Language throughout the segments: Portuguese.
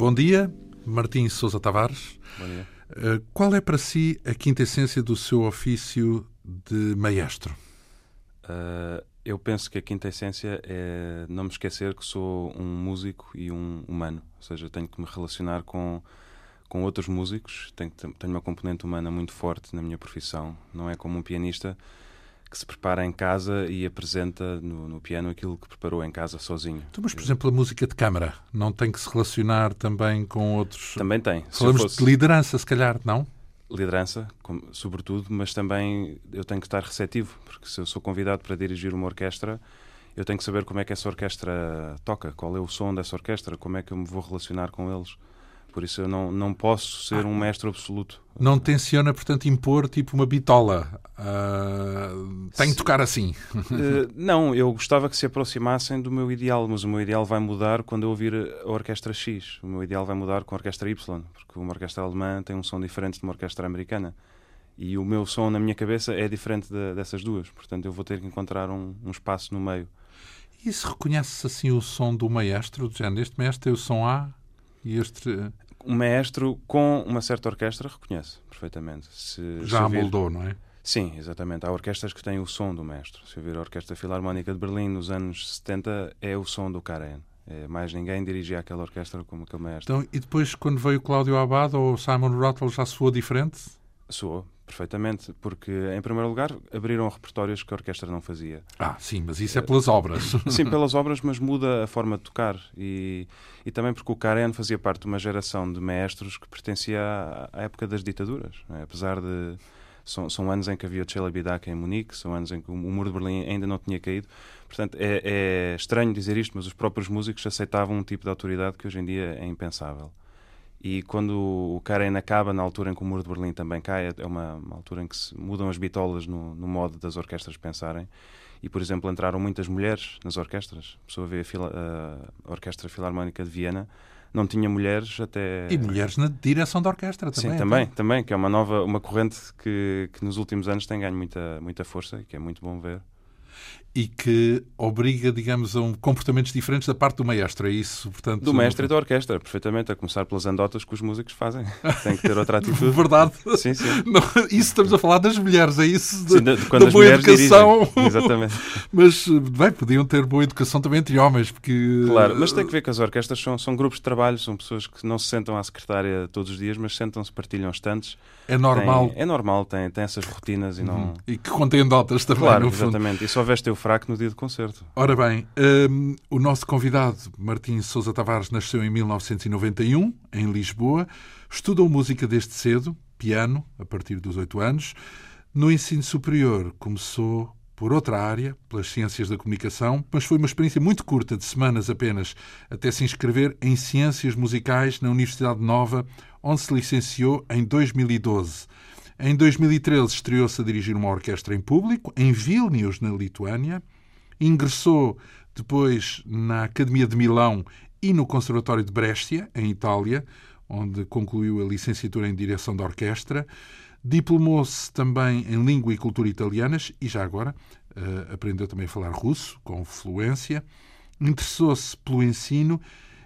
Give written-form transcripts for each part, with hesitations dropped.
Bom dia, Martim Sousa Tavares. Bom dia. Qual é para si a quinta essência do seu ofício de maestro? Eu penso que a quinta essência é não me esquecer que sou um músico e um humano. Ou seja, tenho que me relacionar com outros músicos. Tenho uma componente humana muito forte na minha profissão. Não é como um pianista que se prepara em casa e apresenta no piano aquilo que preparou em casa sozinho. Então, mas, por exemplo, a música de câmara não tem que se relacionar também com outros... Também tem. Falamos de liderança, se calhar, não? Liderança, sobretudo, mas também eu tenho que estar receptivo, porque se eu sou convidado para dirigir uma orquestra, eu tenho que saber como é que essa orquestra toca, qual é o som dessa orquestra, como é que eu me vou relacionar com eles. Por isso eu não posso ser um mestre absoluto. Não tenciona, portanto, impor tipo uma bitola. Tenho que tocar assim. Não, eu gostava que se aproximassem do meu ideal, mas o meu ideal vai mudar quando eu ouvir a orquestra X. O meu ideal vai mudar com a orquestra Y, porque uma orquestra alemã tem um som diferente de uma orquestra americana. E o meu som na minha cabeça é diferente dessas duas. Portanto, eu vou ter que encontrar um espaço no meio. E se reconhece assim o som do maestro? Do género, este maestro tem o som A e este... Um maestro com uma certa orquestra reconhece perfeitamente. Já moldou, não é? Sim, exatamente. Há orquestras que têm o som do maestro. Se eu vir a Orquestra Filarmónica de Berlim nos anos 70, é o som do Karajan. Mais ninguém dirigia aquela orquestra como aquele maestro. Então, e depois, quando veio Cláudio Abbado ou Simon Rattle, já soou diferente? Soou, perfeitamente. Porque, em primeiro lugar, abriram repertórios que a orquestra não fazia. Sim, mas isso é pelas obras. Sim, pelas obras, mas muda a forma de tocar. E também porque o Karajan fazia parte de uma geração de maestros que pertencia à época das ditaduras. Não é? Apesar de... São anos em que havia o Celibidache em Munique, são anos em que o Muro de Berlim ainda não tinha caído. Portanto, é estranho dizer isto, mas os próprios músicos aceitavam um tipo de autoridade que hoje em dia é impensável. E quando o Karajan acaba, na altura em que o Muro de Berlim também cai, é uma altura em que se mudam as bitolas no modo das orquestras pensarem. E, por exemplo, entraram muitas mulheres nas orquestras. A pessoa vê a Orquestra Filarmónica de Viena, não tinha mulheres até... E mulheres na direção da orquestra também. Sim, também, que é uma corrente que nos últimos anos tem ganho muita força e que é muito bom ver. E que obriga, digamos, a comportamentos diferentes da parte do maestro, é isso? Portanto, do maestro e da orquestra, perfeitamente, a começar pelas andotas que os músicos fazem. Tem que ter outra atitude. Verdade. Sim. Não, isso estamos a falar das mulheres, é isso? Sim, quando da boa educação. Dirigem. Exatamente. Mas, bem, podiam ter boa educação também entre homens, porque... Claro, mas tem que ver que as orquestras são grupos de trabalho, são pessoas que não se sentam à secretária todos os dias, mas sentam-se, partilham estantes. É normal. É normal, tem essas rotinas e não... E que contêm notas também, claro, no fundo. Exatamente. E só veste o fraco no dia do concerto. Ora bem, o nosso convidado, Martim Sousa Tavares, nasceu em 1991, em Lisboa. Estudou música desde cedo, piano, a partir dos 8 anos. No ensino superior começou por outra área, pelas ciências da comunicação, mas foi uma experiência muito curta, de semanas apenas, até se inscrever em ciências musicais na Universidade Nova, onde se licenciou em 2012. Em 2013 estreou-se a dirigir uma orquestra em público, em Vilnius, na Lituânia. Ingressou depois na Academia de Milão e no Conservatório de Brescia, em Itália, onde concluiu a licenciatura em direção da orquestra. Diplomou-se também em língua e cultura italianas e, já agora, aprendeu também a falar russo, com fluência. Interessou-se pelo ensino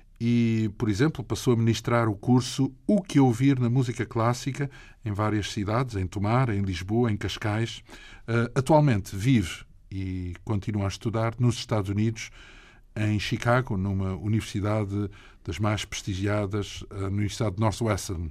e, por exemplo, passou a ministrar o curso O que ouvir na música clássica em várias cidades, em Tomar, em Lisboa, em Cascais. Atualmente vive e continua a estudar nos Estados Unidos, em Chicago, numa universidade das mais prestigiadas, a Universidade de Northwestern.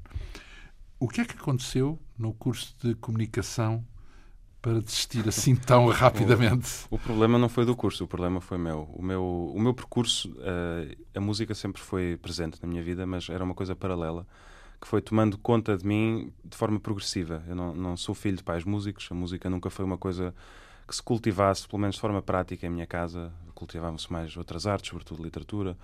O que é que aconteceu no curso de comunicação para desistir assim tão rapidamente? O problema não foi do curso, o problema foi meu. O meu percurso, a música sempre foi presente na minha vida, mas era uma coisa paralela, que foi tomando conta de mim de forma progressiva. Eu não sou filho de pais músicos, a música nunca foi uma coisa que se cultivasse, pelo menos de forma prática, em minha casa. Cultivavam-se mais outras artes, sobretudo literatura.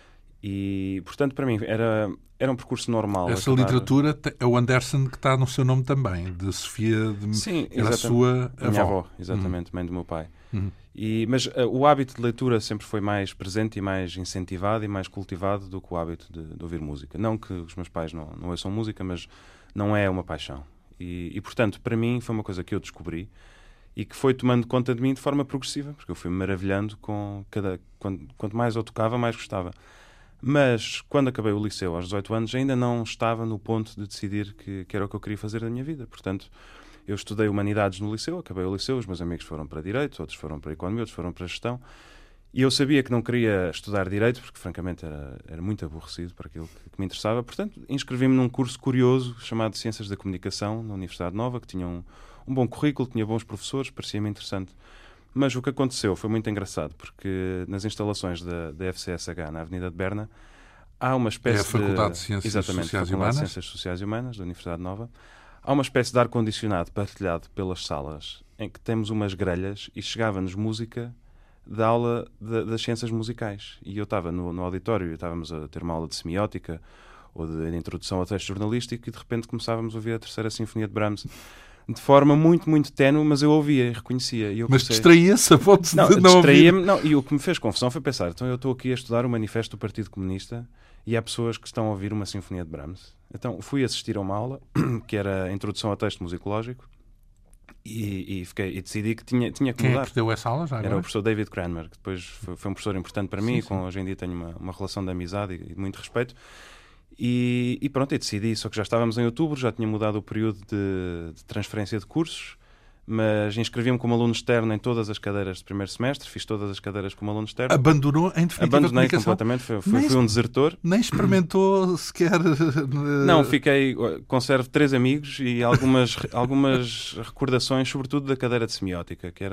E, portanto, para mim, era um percurso normal. Essa literatura é o Andersen, que está no seu nome também, de Sofia de... Sim, era a sua avó. Minha avó, exatamente, mãe do meu pai. Mas o hábito de leitura sempre foi mais presente e mais incentivado e mais cultivado do que o hábito de ouvir música. Não que os meus pais não ouçam música, mas não é uma paixão. E, portanto, para mim, foi uma coisa que eu descobri e que foi tomando conta de mim de forma progressiva, porque eu fui-me maravilhando com quanto mais eu tocava, mais gostava. Mas, quando acabei o liceu, aos 18 anos, ainda não estava no ponto de decidir que era o que eu queria fazer da minha vida. Portanto, eu estudei Humanidades no liceu, acabei o liceu, os meus amigos foram para Direito, outros foram para Economia, outros foram para Gestão. E eu sabia que não queria estudar Direito, porque, francamente, era muito aborrecido para aquilo que me interessava. Portanto, inscrevi-me num curso curioso chamado Ciências da Comunicação, na Universidade Nova, que tinha um bom currículo, tinha bons professores, parecia-me interessante. Mas o que aconteceu foi muito engraçado, porque nas instalações da FCSH, na Avenida de Berna, há uma espécie a Faculdade de Ciências Sociais e Humanas. De Ciências Sociais e Humanas, da Universidade Nova. Há uma espécie de ar-condicionado partilhado pelas salas, em que temos umas grelhas e chegava-nos música da aula das ciências musicais. E eu estava no auditório, estávamos a ter uma aula de semiótica ou de introdução ao texto jornalístico, e de repente começávamos a ouvir a Terceira Sinfonia de Brahms. De forma muito, muito ténue, mas eu ouvia e reconhecia. E eu mas distraía-se a ponto de não distraía-me, ouvir? Não, e o que me fez confusão foi pensar, então eu estou aqui a estudar o Manifesto do Partido Comunista e há pessoas que estão a ouvir uma Sinfonia de Brahms. Então fui assistir a uma aula, que era a Introdução ao Texto Musicológico, e decidi que tinha que mudar. Quem é que deu essa aula já agora? Era o professor David Cranmer, que depois foi um professor importante para mim, sim. com hoje em dia tenho uma relação de amizade e de muito respeito. E pronto, eu decidi, só que já estávamos em outubro, já tinha mudado o período de transferência de cursos, mas inscrevi-me como aluno externo em todas as cadeiras de primeiro semestre, fiz todas as cadeiras como aluno externo. Abandonou em definitiva Abandonei a comunicação? Completamente, fui um desertor. Nem experimentou sequer... Não, conservo 3 amigos e algumas recordações, sobretudo da cadeira de semiótica, que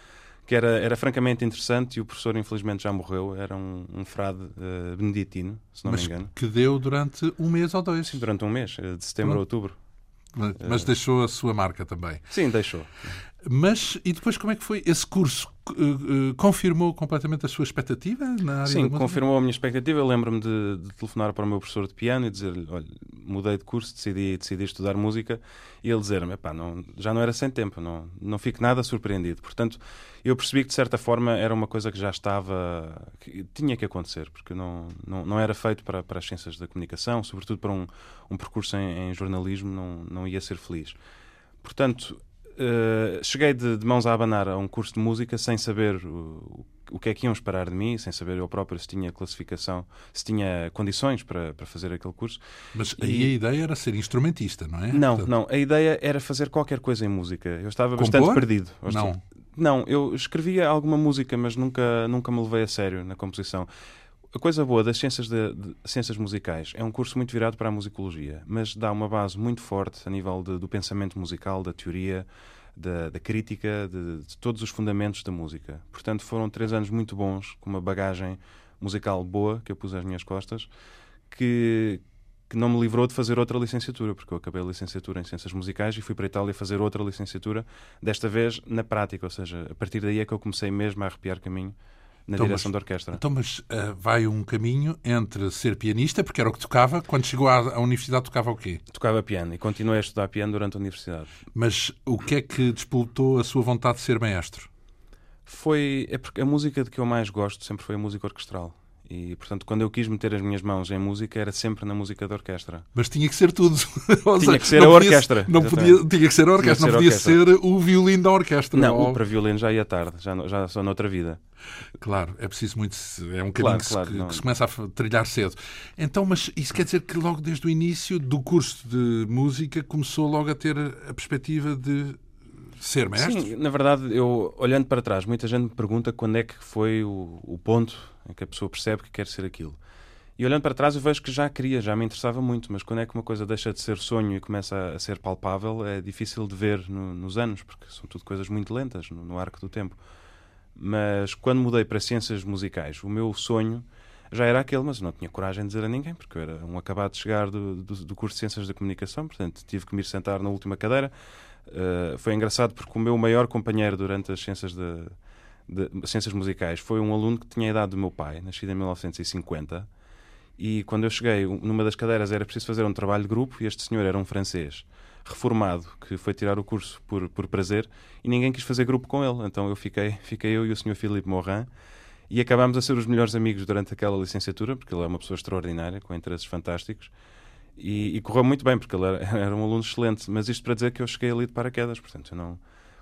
era francamente interessante, e o professor infelizmente já morreu, era um frade beneditino, se não me engano. Que deu durante 1 mês ou 2? Sim, durante 1 mês, de setembro a outubro. Mas deixou a sua marca também. Sim, deixou. Mas, e depois como é que foi? Esse curso confirmou completamente a sua expectativa na área da música? Sim, confirmou a minha expectativa. Eu lembro-me de telefonar para o meu professor de piano e dizer-lhe, olha, mudei de curso, decidi estudar música, e ele dizer-me, já não era sem tempo, não fico nada surpreendido. Portanto, eu percebi que de certa forma era uma coisa que já estava, que tinha que acontecer, porque não era feito para as ciências da comunicação, sobretudo para um percurso em jornalismo, não ia ser feliz. Portanto, cheguei de mãos a abanar a um curso de música sem saber o que é que iam esperar de mim, sem saber eu próprio se tinha classificação, se tinha condições para fazer aquele curso. Mas aí a ideia era ser instrumentista, não é? Não, a ideia era fazer qualquer coisa em música. Eu estava bastante perdido. Não, eu escrevia alguma música, mas nunca me levei a sério na composição. A coisa boa das ciências musicais é um curso muito virado para a musicologia, mas dá uma base muito forte a nível do pensamento musical, da teoria, da crítica, de todos os fundamentos da música. Portanto, foram 3 anos muito bons, com uma bagagem musical boa que eu pus às minhas costas, que não me livrou de fazer outra licenciatura, porque eu acabei a licenciatura em Ciências Musicais e fui para a Itália fazer outra licenciatura, desta vez na prática, ou seja, a partir daí é que eu comecei mesmo a arrepiar caminho na direção da orquestra. Então, mas vai um caminho entre ser pianista, porque era o que tocava, quando chegou à universidade tocava o quê? Tocava piano e continuei a estudar piano durante a universidade. Mas o que é que despoltou a sua vontade de ser maestro? É porque a música de que eu mais gosto sempre foi a música orquestral. E, portanto, quando eu quis meter as minhas mãos em música, era sempre na música da orquestra. Mas tinha que ser tudo. Tinha que ser a orquestra. Tinha que ser a orquestra, não podia ser o violino da orquestra. Não, para violino já ia tarde, já sou noutra vida. Claro, é preciso muito. É um caminho que se começa a trilhar cedo. Então, mas isso quer dizer que logo desde o início do curso de música começou logo a ter a perspectiva de ser maestro? Sim, na verdade, eu olhando para trás, muita gente me pergunta quando é que foi o ponto em que a pessoa percebe que quer ser aquilo. E olhando para trás eu vejo que já me interessava muito, mas quando é que uma coisa deixa de ser sonho e começa a ser palpável, é difícil de ver nos anos, porque são tudo coisas muito lentas no arco do tempo. Mas quando mudei para Ciências Musicais, o meu sonho já era aquele, mas eu não tinha coragem de dizer a ninguém, porque eu era um acabado de chegar do curso de Ciências da Comunicação, portanto tive que me ir sentar na última cadeira. Foi engraçado porque o meu maior companheiro durante as ciências ciências musicais foi um aluno que tinha a idade do meu pai, nascido em 1950, e quando eu cheguei, numa das cadeiras era preciso fazer um trabalho de grupo, e este senhor era um francês reformado, que foi tirar o curso por prazer, e ninguém quis fazer grupo com ele, então fiquei eu e o senhor Philippe Morin, e acabámos a ser os melhores amigos durante aquela licenciatura, porque ele é uma pessoa extraordinária, com interesses fantásticos, e correu muito bem, porque ele era um aluno excelente, mas isto para dizer que eu cheguei ali de paraquedas, portanto,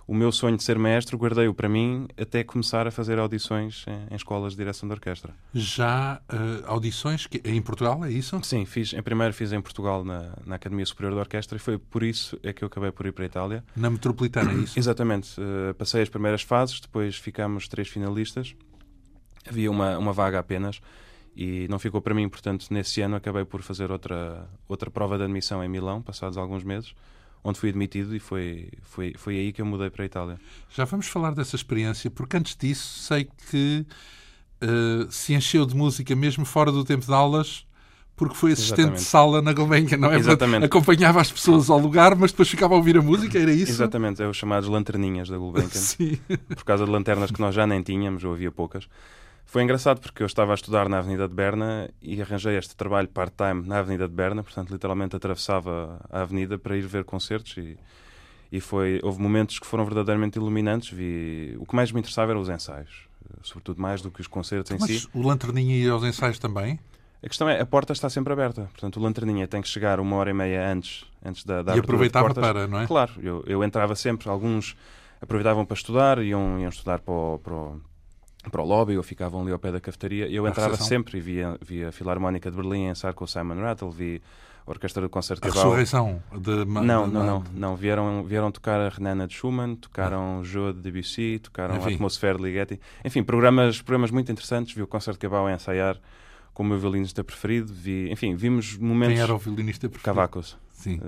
o meu sonho de ser maestro guardei-o para mim até começar a fazer audições em escolas de direção de orquestra. Já audições em Portugal, é isso? Sim, primeiro fiz em Portugal na Academia Superior de Orquestra e foi por isso é que eu acabei por ir para a Itália. Na Metropolitana, é isso? Exatamente. Passei as primeiras fases, depois ficámos 3 finalistas. Havia uma vaga apenas e não ficou para mim, portanto, nesse ano acabei por fazer outra prova de admissão em Milão, passados alguns meses, onde fui admitido e foi aí que eu mudei para a Itália. Já vamos falar dessa experiência, porque antes disso sei que se encheu de música mesmo fora do tempo de aulas, porque foi assistente de sala na Gulbenkian, não é? Exatamente. Acompanhava as pessoas ao lugar, mas depois ficava a ouvir a música, era isso? Exatamente, é os chamados lanterninhas da Gulbenkian. Sim. Por causa de lanternas que nós já nem tínhamos, ou havia poucas. Foi engraçado porque eu estava a estudar na Avenida de Berna e arranjei este trabalho part-time na Avenida de Berna, portanto, literalmente atravessava a avenida para ir ver concertos e houve momentos que foram verdadeiramente iluminantes. O que mais me interessava eram os ensaios, sobretudo mais do que os concertos em si. Mas o lanterninha ia aos ensaios também? A questão é, a porta está sempre aberta, portanto, o lanterninha tem que chegar 1h30 antes da E aproveitava para, não é? Claro, eu entrava sempre, alguns aproveitavam para estudar, iam estudar para o lobby ou ficavam ali ao pé da cafetaria. Eu entrava sempre e via a Filarmónica de Berlim ensaiar com o Simon Rattle, vi a Orquestra do Concerto de Cabal. A ressurreição de... Não. Vieram tocar a Renana de Schumann, tocaram Joe de Debussy, tocaram a Atmosfera de Ligeti. Enfim, programas muito interessantes. Vi o Concerto de Cabal a ensaiar com o meu violinista preferido. Vimos momentos... Quem era o violinista preferido? Cavacos. Sim.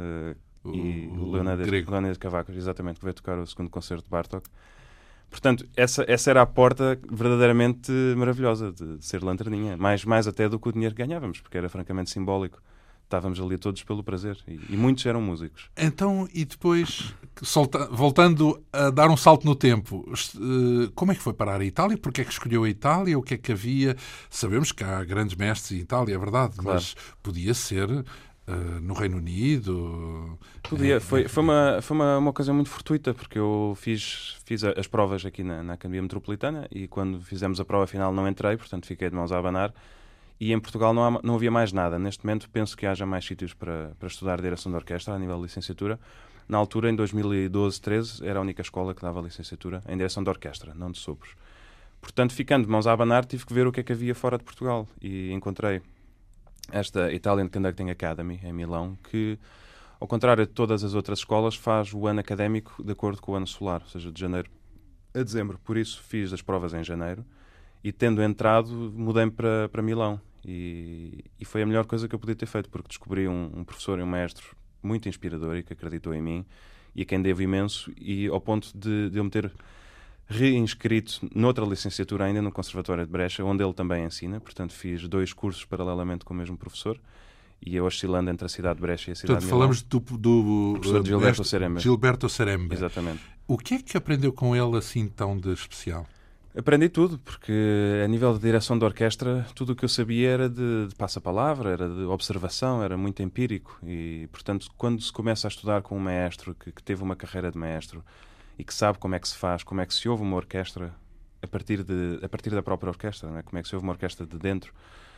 E o Leonardo Cavacos, exatamente, que veio tocar o segundo concerto de Bartók. Portanto, essa era a porta verdadeiramente maravilhosa de ser lanterninha. Mais até do que o dinheiro que ganhávamos, porque era francamente simbólico. Estávamos ali todos pelo prazer. E muitos eram músicos. Então, e depois, voltando a dar um salto no tempo, como é que foi parar a Itália? Porquê é que escolheu a Itália? O que é que havia? Sabemos que há grandes mestres em Itália, é verdade, claro. Mas podia ser... no Reino Unido... Podia. Foi uma ocasião muito fortuita, porque eu fiz as provas aqui na Academia Metropolitana e quando fizemos a prova final não entrei, portanto fiquei de mãos a abanar. E em Portugal não havia mais nada. Neste momento penso que haja mais sítios para estudar direção de orquestra a nível de licenciatura. Na altura, em 2012-13, era a única escola que dava licenciatura em direção de orquestra, não de sopros. Portanto, ficando de mãos a abanar, tive que ver o que é que havia fora de Portugal e encontrei esta Italian Conducting Academy, em Milão, que, ao contrário de todas as outras escolas, faz o ano académico de acordo com o ano solar, ou seja, de janeiro a dezembro. Por isso, fiz as provas em janeiro e, tendo entrado, mudei-me para Milão. E foi a melhor coisa que eu podia ter feito, porque descobri um professor e um maestro muito inspirador e que acreditou em mim e a quem devo imenso, e ao ponto de eu me ter reinscrito noutra licenciatura ainda no Conservatório de Brecha, onde ele também ensina. Portanto, fiz 2 cursos paralelamente com o mesmo professor e eu oscilando entre a cidade de Brecha e a cidade de Milão. Falamos do professor Gilberto Serembe. Gilberto Serembe. Exatamente. O que é que aprendeu com ele assim tão de especial? Aprendi tudo, porque a nível de direção de orquestra, tudo o que eu sabia era de passa-palavra, era de observação, era muito empírico. E, portanto, quando se começa a estudar com um maestro que teve uma carreira de maestro e que sabe como é que se faz, como é que se ouve uma orquestra a partir da própria orquestra, não é? Como é que se ouve uma orquestra de dentro,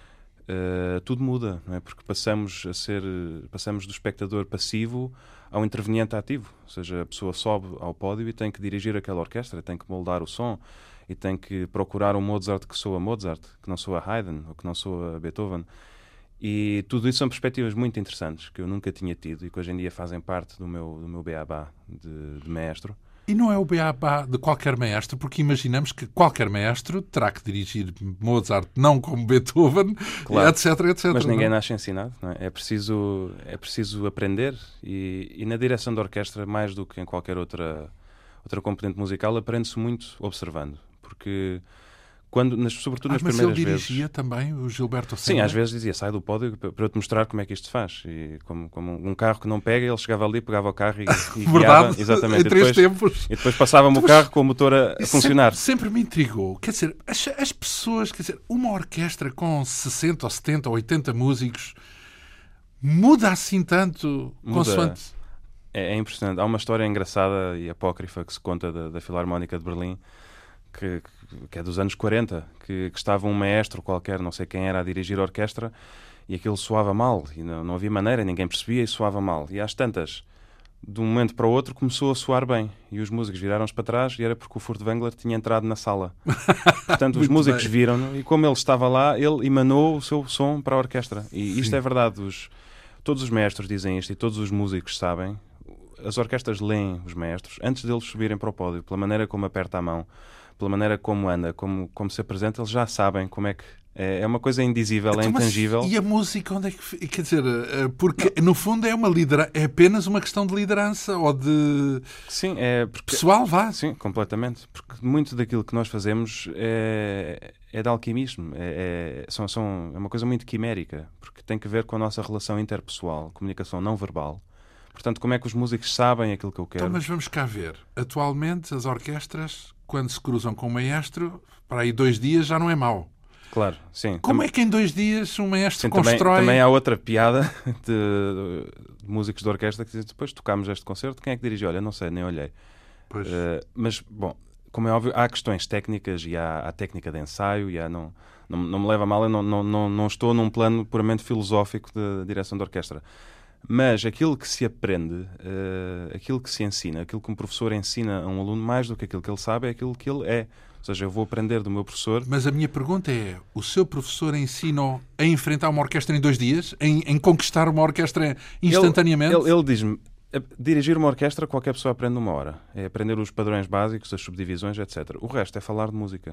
tudo muda, não é? Porque passamos do espectador passivo ao interveniente ativo. Ou seja, a pessoa sobe ao pódio e tem que dirigir aquela orquestra, tem que moldar o som e tem que procurar um Mozart que soa Mozart, que não soa Haydn ou que não soa Beethoven. E tudo isso são perspectivas muito interessantes que eu nunca tinha tido e que hoje em dia fazem parte do meu beabá de maestro. E não é o beabá de qualquer maestro, porque imaginamos que qualquer maestro terá que dirigir Mozart, não como Beethoven, claro, etc. Mas ninguém nasce ensinado, não é? É preciso aprender e na direção da orquestra, mais do que em qualquer outra componente musical, aprende-se muito observando. Porque, sobretudo nas primeiras vezes... Mas ele dirigia também o Gilberto Serembe? Sim, às vezes dizia, sai do pódio para eu te mostrar como é que isto se faz. E como um carro que não pega, ele chegava ali, pegava o carro e guiava. Exatamente. Em 3 tempos. E depois passava-me o carro com o motor a funcionar. Sempre me intrigou. Quer dizer, as pessoas... Quer dizer, uma orquestra com 60 ou 70 ou 80 músicos muda assim tanto consoante... É impressionante. Há uma história engraçada e apócrifa que se conta da Filarmónica de Berlim, que é dos anos 40, que estava um maestro qualquer, não sei quem era, a dirigir a orquestra e aquilo soava mal e não havia maneira, ninguém percebia e soava mal. E às tantas, de um momento para o outro, começou a soar bem. E os músicos viraram-se para trás e era porque o Furtwängler tinha entrado na sala. Portanto, os músicos viram-no e como ele estava lá, ele emanou o seu som para a orquestra. E isto é verdade. Todos os maestros dizem isto e todos os músicos sabem. As orquestras leem os maestros antes deles subirem para o pódio, pela maneira como aperta a mão, pela maneira como anda, como se apresenta, eles já sabem como é que... É uma coisa indizível, é intangível. E a música, onde é que... Quer dizer, porque no fundo é apenas uma questão de liderança ou de... Sim, pessoal, vá. Sim, completamente. Porque muito daquilo que nós fazemos é de alquimismo. É uma coisa muito quimérica, porque tem que ver com a nossa relação interpessoal, comunicação não verbal. Portanto, como é que os músicos sabem aquilo que eu quero? Então, mas vamos cá ver. Atualmente, as orquestras, quando se cruzam com o maestro, para aí 2 dias já não é mau. Claro, sim. Como é que em 2 dias um maestro constrói... Também há outra piada de músicos de orquestra que dizem, depois tocámos este concerto, quem é que dirigiu? Olha, não sei, nem olhei. Pois. Mas, bom, como é óbvio, há questões técnicas e há técnica de ensaio e não me leva a mal, eu não estou num plano puramente filosófico de direção de orquestra. Mas aquilo que se aprende, aquilo que se ensina, aquilo que um professor ensina a um aluno, mais do que aquilo que ele sabe, é aquilo que ele é. Ou seja, eu vou aprender do meu professor... Mas a minha pergunta é, o seu professor ensina a enfrentar uma orquestra em 2 dias? Em conquistar uma orquestra instantaneamente? Ele diz-me, dirigir uma orquestra qualquer pessoa aprende numa hora. É aprender os padrões básicos, as subdivisões, etc. O resto é falar de música.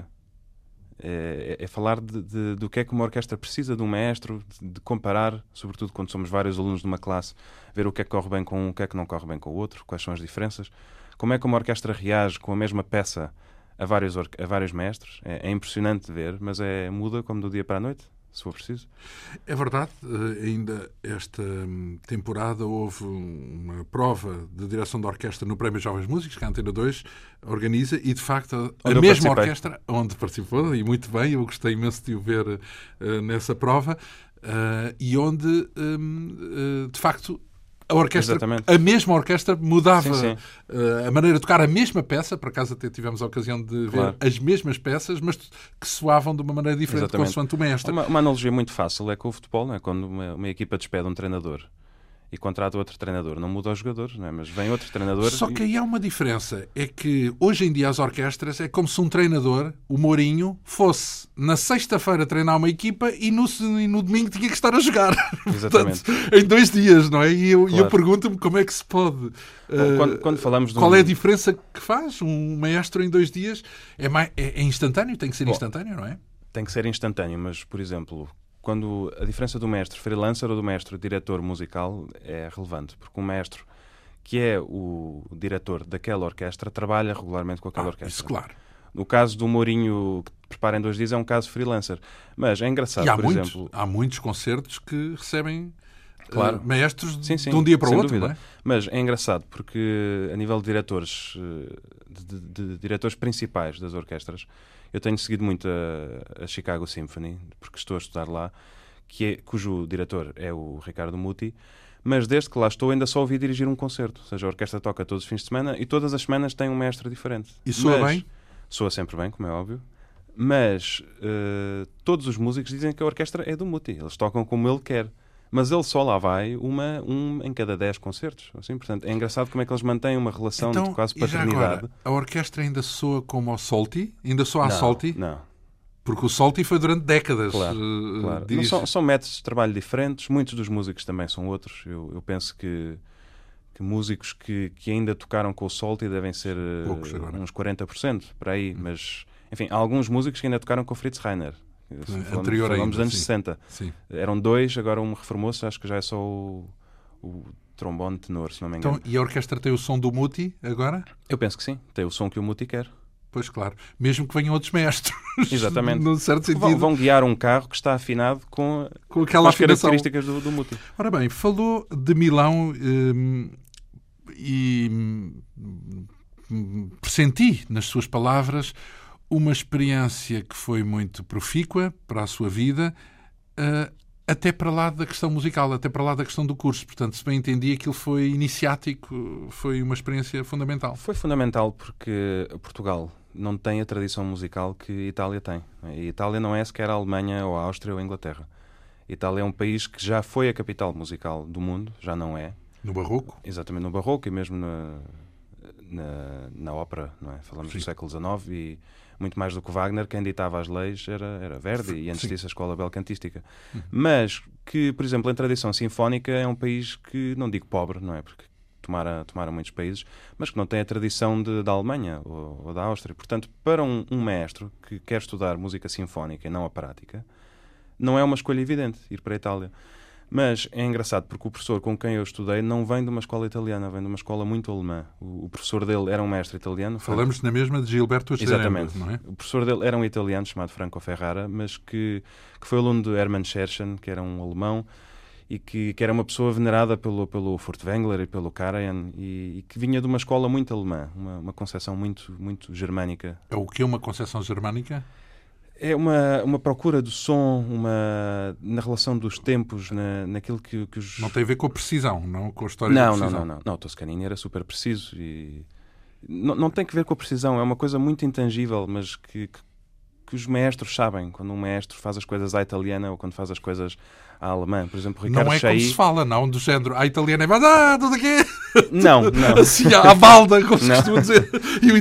É falar do que é que uma orquestra precisa de um maestro, de comparar, sobretudo quando somos vários alunos de uma classe, ver o que é que corre bem com um, o que é que não corre bem com o outro, quais são as diferenças, como é que uma orquestra reage com a mesma peça a vários mestres. É impressionante ver, mas muda como do dia para a noite, se for preciso. É verdade, ainda esta temporada houve uma prova de direção de orquestra no Prémio Jovens Músicos, que a Antena 2 organiza, e de facto a mesma orquestra, onde participou, e muito bem, eu gostei imenso de o ver nessa prova, e onde de facto a orquestra, a mesma orquestra mudava a maneira de tocar a mesma peça, por acaso até tivemos a ocasião de ver as mesmas peças, mas que soavam de uma maneira diferente, consoante o mestre. Uma analogia muito fácil é com o futebol, não é? Quando uma equipa despede um treinador e contrata outro treinador, não muda os jogadores, não é? Mas vem outro treinador... Só que aí há uma diferença, é que hoje em dia as orquestras é como se um treinador, o Mourinho, fosse na sexta-feira treinar uma equipa e no domingo tinha que estar a jogar. Exatamente. Portanto, em 2 dias, não é? E eu pergunto-me como é que se pode... Quando falamos qual é a diferença que faz um maestro em 2 dias? É instantâneo? Tem que ser instantâneo, não é? Tem que ser instantâneo, mas, por exemplo... Quando a diferença do mestre freelancer ou do mestre diretor musical é relevante, porque um mestre que é o diretor daquela orquestra trabalha regularmente com aquela orquestra. Isso, claro. No caso do Mourinho, que prepara em 2 dias, é um caso freelancer. Mas é engraçado, exemplo... Há muitos concertos que recebem maestros sim, de um dia para o outro, dúvida. Não é? Mas é engraçado, porque a nível de diretores, de diretores principais das orquestras, eu tenho seguido muito a Chicago Symphony, porque estou a estudar lá, cujo diretor é o Ricardo Muti, mas desde que lá estou ainda só ouvi dirigir um concerto. Ou seja, a orquestra toca todos os fins de semana e todas as semanas tem um mestre diferente. E soa bem? Soa sempre bem, como é óbvio. Mas todos os músicos dizem que a orquestra é do Muti. Eles tocam como ele quer. Mas ele só lá vai um em cada 10 concertos. Assim, portanto, é engraçado como é que eles mantêm uma relação de quase paternidade. E já agora, a orquestra ainda soa como o Solti? Ainda soa a Solti? Não. Porque o Solti foi durante décadas. Claro. Não, são métodos de trabalho diferentes. Muitos dos músicos também são outros. Eu penso que músicos que ainda tocaram com o Solti devem ser uns 40%, por aí. Mas, enfim, há alguns músicos que ainda tocaram com o Fritz Reiner. Anterior falamos dos anos sim. 60. Sim. Eram 2, agora um reformou-se, acho que já é só o trombone tenor, se não me engano. Então, e a orquestra tem o som do Muti agora? Eu penso que sim, tem o som que o Muti quer. Pois claro, mesmo que venham outros mestres. Exatamente. Num certo sentido. Vão guiar um carro que está afinado com aquela as características do Muti. Ora bem, falou de Milão e pressenti nas suas palavras uma experiência que foi muito profícua para a sua vida, até para lá da questão musical, até para lá da questão do curso. Portanto, se bem entendi, aquilo foi iniciático, foi uma experiência fundamental. Foi fundamental porque Portugal não tem a tradição musical que a Itália tem. A Itália não é sequer a Alemanha ou a Áustria ou a Inglaterra. A Itália é um país que já foi a capital musical do mundo, já não é. No Barroco? Exatamente, no Barroco e mesmo na ópera, não é? Falamos do século XIX e muito mais do que Wagner, quem ditava as leis era Verdi e antes disso a Escola Belcantística. Mas que, por exemplo, em tradição sinfónica é um país que, não digo pobre, não é? Porque tomaram muitos países, mas que não tem a tradição da Alemanha ou da Áustria. Portanto, para um maestro que quer estudar música sinfónica e não a prática, não é uma escolha evidente ir para a Itália. Mas é engraçado porque o professor com quem eu estudei não vem de uma escola italiana, vem de uma escola muito alemã. O professor dele era um mestre italiano. Falamos na mesma de Gilberto Acerembo, exatamente, não é? O professor dele era um italiano chamado Franco Ferrara, mas que foi aluno de Hermann Scherchen, que era um alemão, e que era uma pessoa venerada pelo Furtwängler e pelo Karajan, e que vinha de uma escola muito alemã, uma concepção muito, muito germânica. É o que é uma concepção germânica? É uma procura do som, na relação dos tempos, naquilo que os... Não tem a ver com a precisão, não com a história da precisão. Não, o Toscanini era super preciso e... Não tem que ver com a precisão, é uma coisa muito intangível, mas que os maestros sabem. Quando um maestro faz as coisas à italiana ou quando faz as coisas à alemã. Por exemplo, Ricardo Não é Chailly... como se fala, não, do género. À italiana é tudo aqui. Não. Assim, à balda, como se costuma dizer.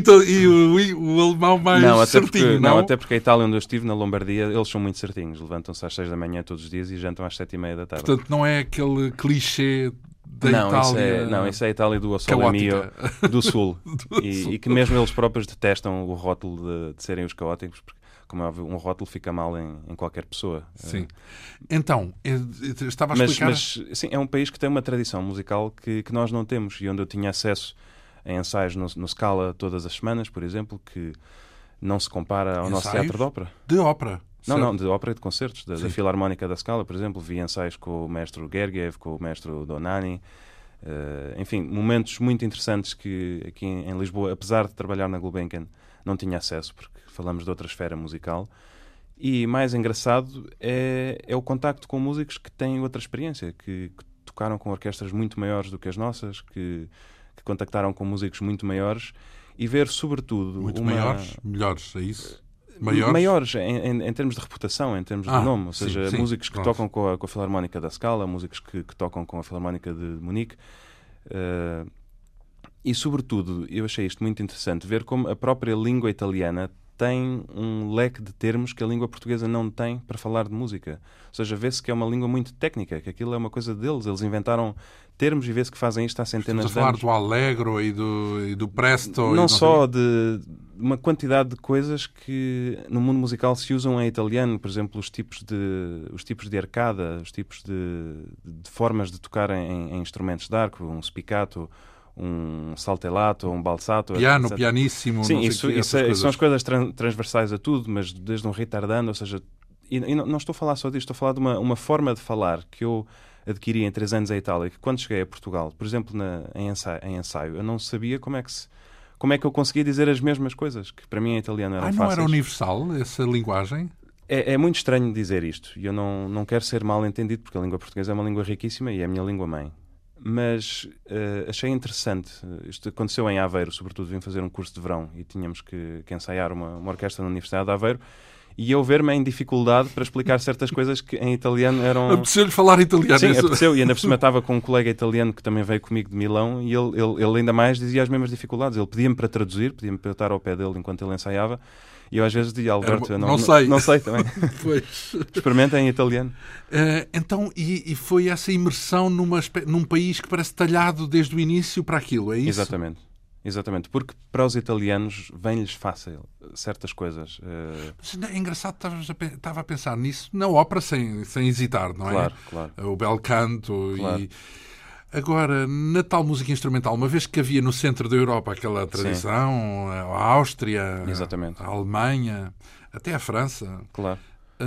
E o alemão mais certinho, não? Não, até porque a Itália onde eu estive, na Lombardia, eles são muito certinhos. Levantam-se às 6 da manhã todos os dias e jantam às 7:30 da tarde. Portanto, não é aquele clichê da Itália... Isso é a Itália do Sole Mio, do Sul. E que mesmo eles próprios detestam o rótulo de serem os caóticos, porque, como é óbvio, um rótulo fica mal em qualquer pessoa. Sim. Então, estava a explicar... Mas sim, é um país que tem uma tradição musical que nós não temos e onde eu tinha acesso a ensaios no Scala todas as semanas, por exemplo, que não se compara ao nosso teatro de ópera. De ópera? Não, de ópera e de concertos, da Filarmónica da Scala, por exemplo. Vi ensaios com o mestre Gergiev, com o mestre Donani. Enfim, momentos muito interessantes que aqui em Lisboa, apesar de trabalhar na Gulbenkian, não tinha acesso, porque falamos de outra esfera musical. E mais engraçado é o contacto com músicos que têm outra experiência, que tocaram com orquestras muito maiores do que as nossas, que contactaram com músicos muito maiores e ver, sobretudo... Melhores, é isso? Maiores em termos de reputação, em termos de nome, ou seja, músicos que tocam com a Filarmónica da Scala, músicos que tocam com a Filarmónica de Munique. E, sobretudo, eu achei isto muito interessante, ver como a própria língua italiana tem um leque de termos que a língua portuguesa não tem para falar de música. Ou seja, vê-se que é uma língua muito técnica, que aquilo é uma coisa deles. Eles inventaram termos e vê-se que fazem isto há centenas de anos. Estamos a falar do allegro e do presto. Não só de uma quantidade de coisas que no mundo musical se usam em italiano. Por exemplo, os tipos de arcada, os tipos de formas de tocar em instrumentos de arco, um spiccato, um saltellato, um balsato, piano, etc. pianíssimo. Sim, isso são as coisas transversais a tudo, mas desde um ritardando, ou seja, e não estou a falar só disto, estou a falar de uma forma de falar que eu adquiri em 3 anos em Itália, que quando cheguei a Portugal, por exemplo, em ensaio, eu não sabia como é que eu conseguia dizer as mesmas coisas, que para mim em italiano eram fáceis. Não era universal essa linguagem? É muito estranho dizer isto, e eu não quero ser mal entendido, porque a língua portuguesa é uma língua riquíssima e é a minha língua-mãe. Mas achei interessante. Isto aconteceu em Aveiro, sobretudo vim fazer um curso de verão e tínhamos que ensaiar uma orquestra na Universidade de Aveiro e eu ver-me em dificuldade para explicar certas coisas que em italiano eram... Apeteceu-lhe falar italiano. Sim, apeteceu, e ainda por cima estava com um colega italiano que também veio comigo de Milão e ele ainda mais dizia as mesmas dificuldades. Ele pedia-me para traduzir, pedia-me para eu estar ao pé dele enquanto ele ensaiava. E eu às vezes dizia, Alberto, eu não sei também. Pois. Experimenta em italiano. Então, e foi essa imersão num país que parece talhado desde o início para aquilo, é isso? Exatamente, porque para os italianos vem-lhes fácil certas coisas. Mas é engraçado, estava a pensar nisso na ópera sem hesitar, não é? Claro. O bel canto claro. e... Agora, na tal música instrumental, uma vez que havia no centro da Europa aquela tradição, a Áustria, exatamente, a Alemanha, até a França, claro.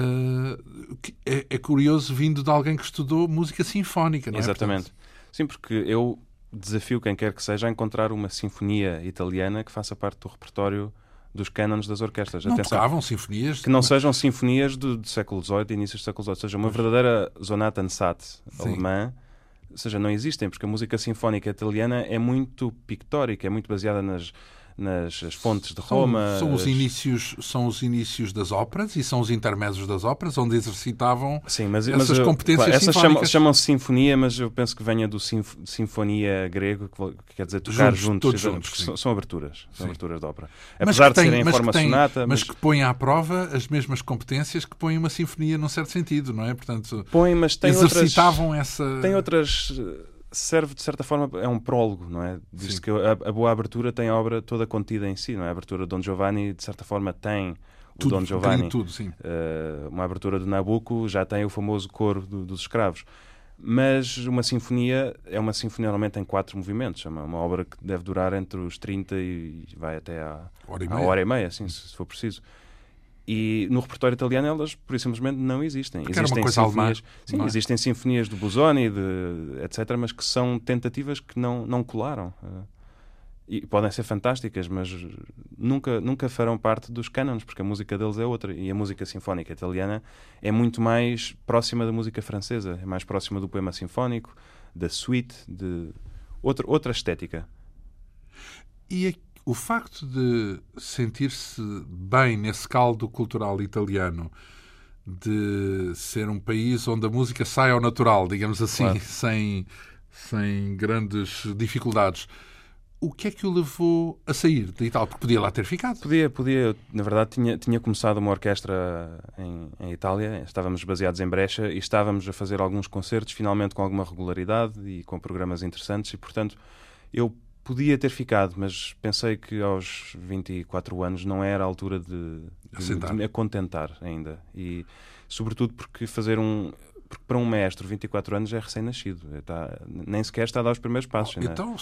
É curioso vindo de alguém que estudou música sinfónica, não é? Exatamente. Portanto... Sim, porque eu desafio quem quer que seja a encontrar uma sinfonia italiana que faça parte do repertório dos cânones das orquestras. Não tocavam sinfonias? Que não sejam sinfonias do século XVIII e inícios do século XVIII. Ou seja, uma verdadeira sonata ansat alemã. Ou seja, não existem, porque a música sinfónica italiana é muito pictórica, é muito baseada as fontes de Roma. São os inícios das óperas e são os intermédios das óperas, onde exercitavam essas competências sinfónicas. Chamam-se sinfonia, mas eu penso que venha do sinfonia grego, que quer dizer tocar juntos, porque são aberturas. São aberturas de ópera. Apesar de serem em forma sonata. Mas que põem à prova as mesmas competências que põem uma sinfonia num certo sentido, não é? Portanto, exercitavam essa... Tem outras... Serve, de certa forma, é um prólogo, não é? Diz-se que a boa abertura tem a obra toda contida em si, não é? A abertura de Don Giovanni, de certa forma, tem o Don Giovanni. Tudo, sim. Uma abertura de Nabucco já tem o famoso coro dos escravos. Mas uma sinfonia é uma sinfonia normalmente em 4 movimentos. É uma obra que deve durar entre os 30 e vai até à hora e meia, assim, se for preciso. E no repertório italiano elas, por isso simplesmente, não existem. Porque existem sinfonias, sim, existem sinfonias do Busoni, etc., mas que são tentativas que não colaram. E podem ser fantásticas, mas nunca farão parte dos cânones, porque a música deles é outra. E a música sinfónica italiana é muito mais próxima da música francesa, é mais próxima do poema sinfónico, da suite, de outra estética. E o facto de sentir-se bem nesse caldo cultural italiano, de ser um país onde a música sai ao natural, digamos assim, claro, sem grandes dificuldades, o que é que o levou a sair de Itália? Porque podia lá ter ficado. Podia. Na verdade, tinha começado uma orquestra em Itália, estávamos baseados em Brescia e estávamos a fazer alguns concertos, finalmente com alguma regularidade e com programas interessantes, e, portanto, eu podia ter ficado, mas pensei que aos 24 anos não era a altura de me contentar ainda. E, sobretudo, porque porque para um maestro, 24 anos é recém-nascido. Nem sequer está a dar os primeiros passos. Então,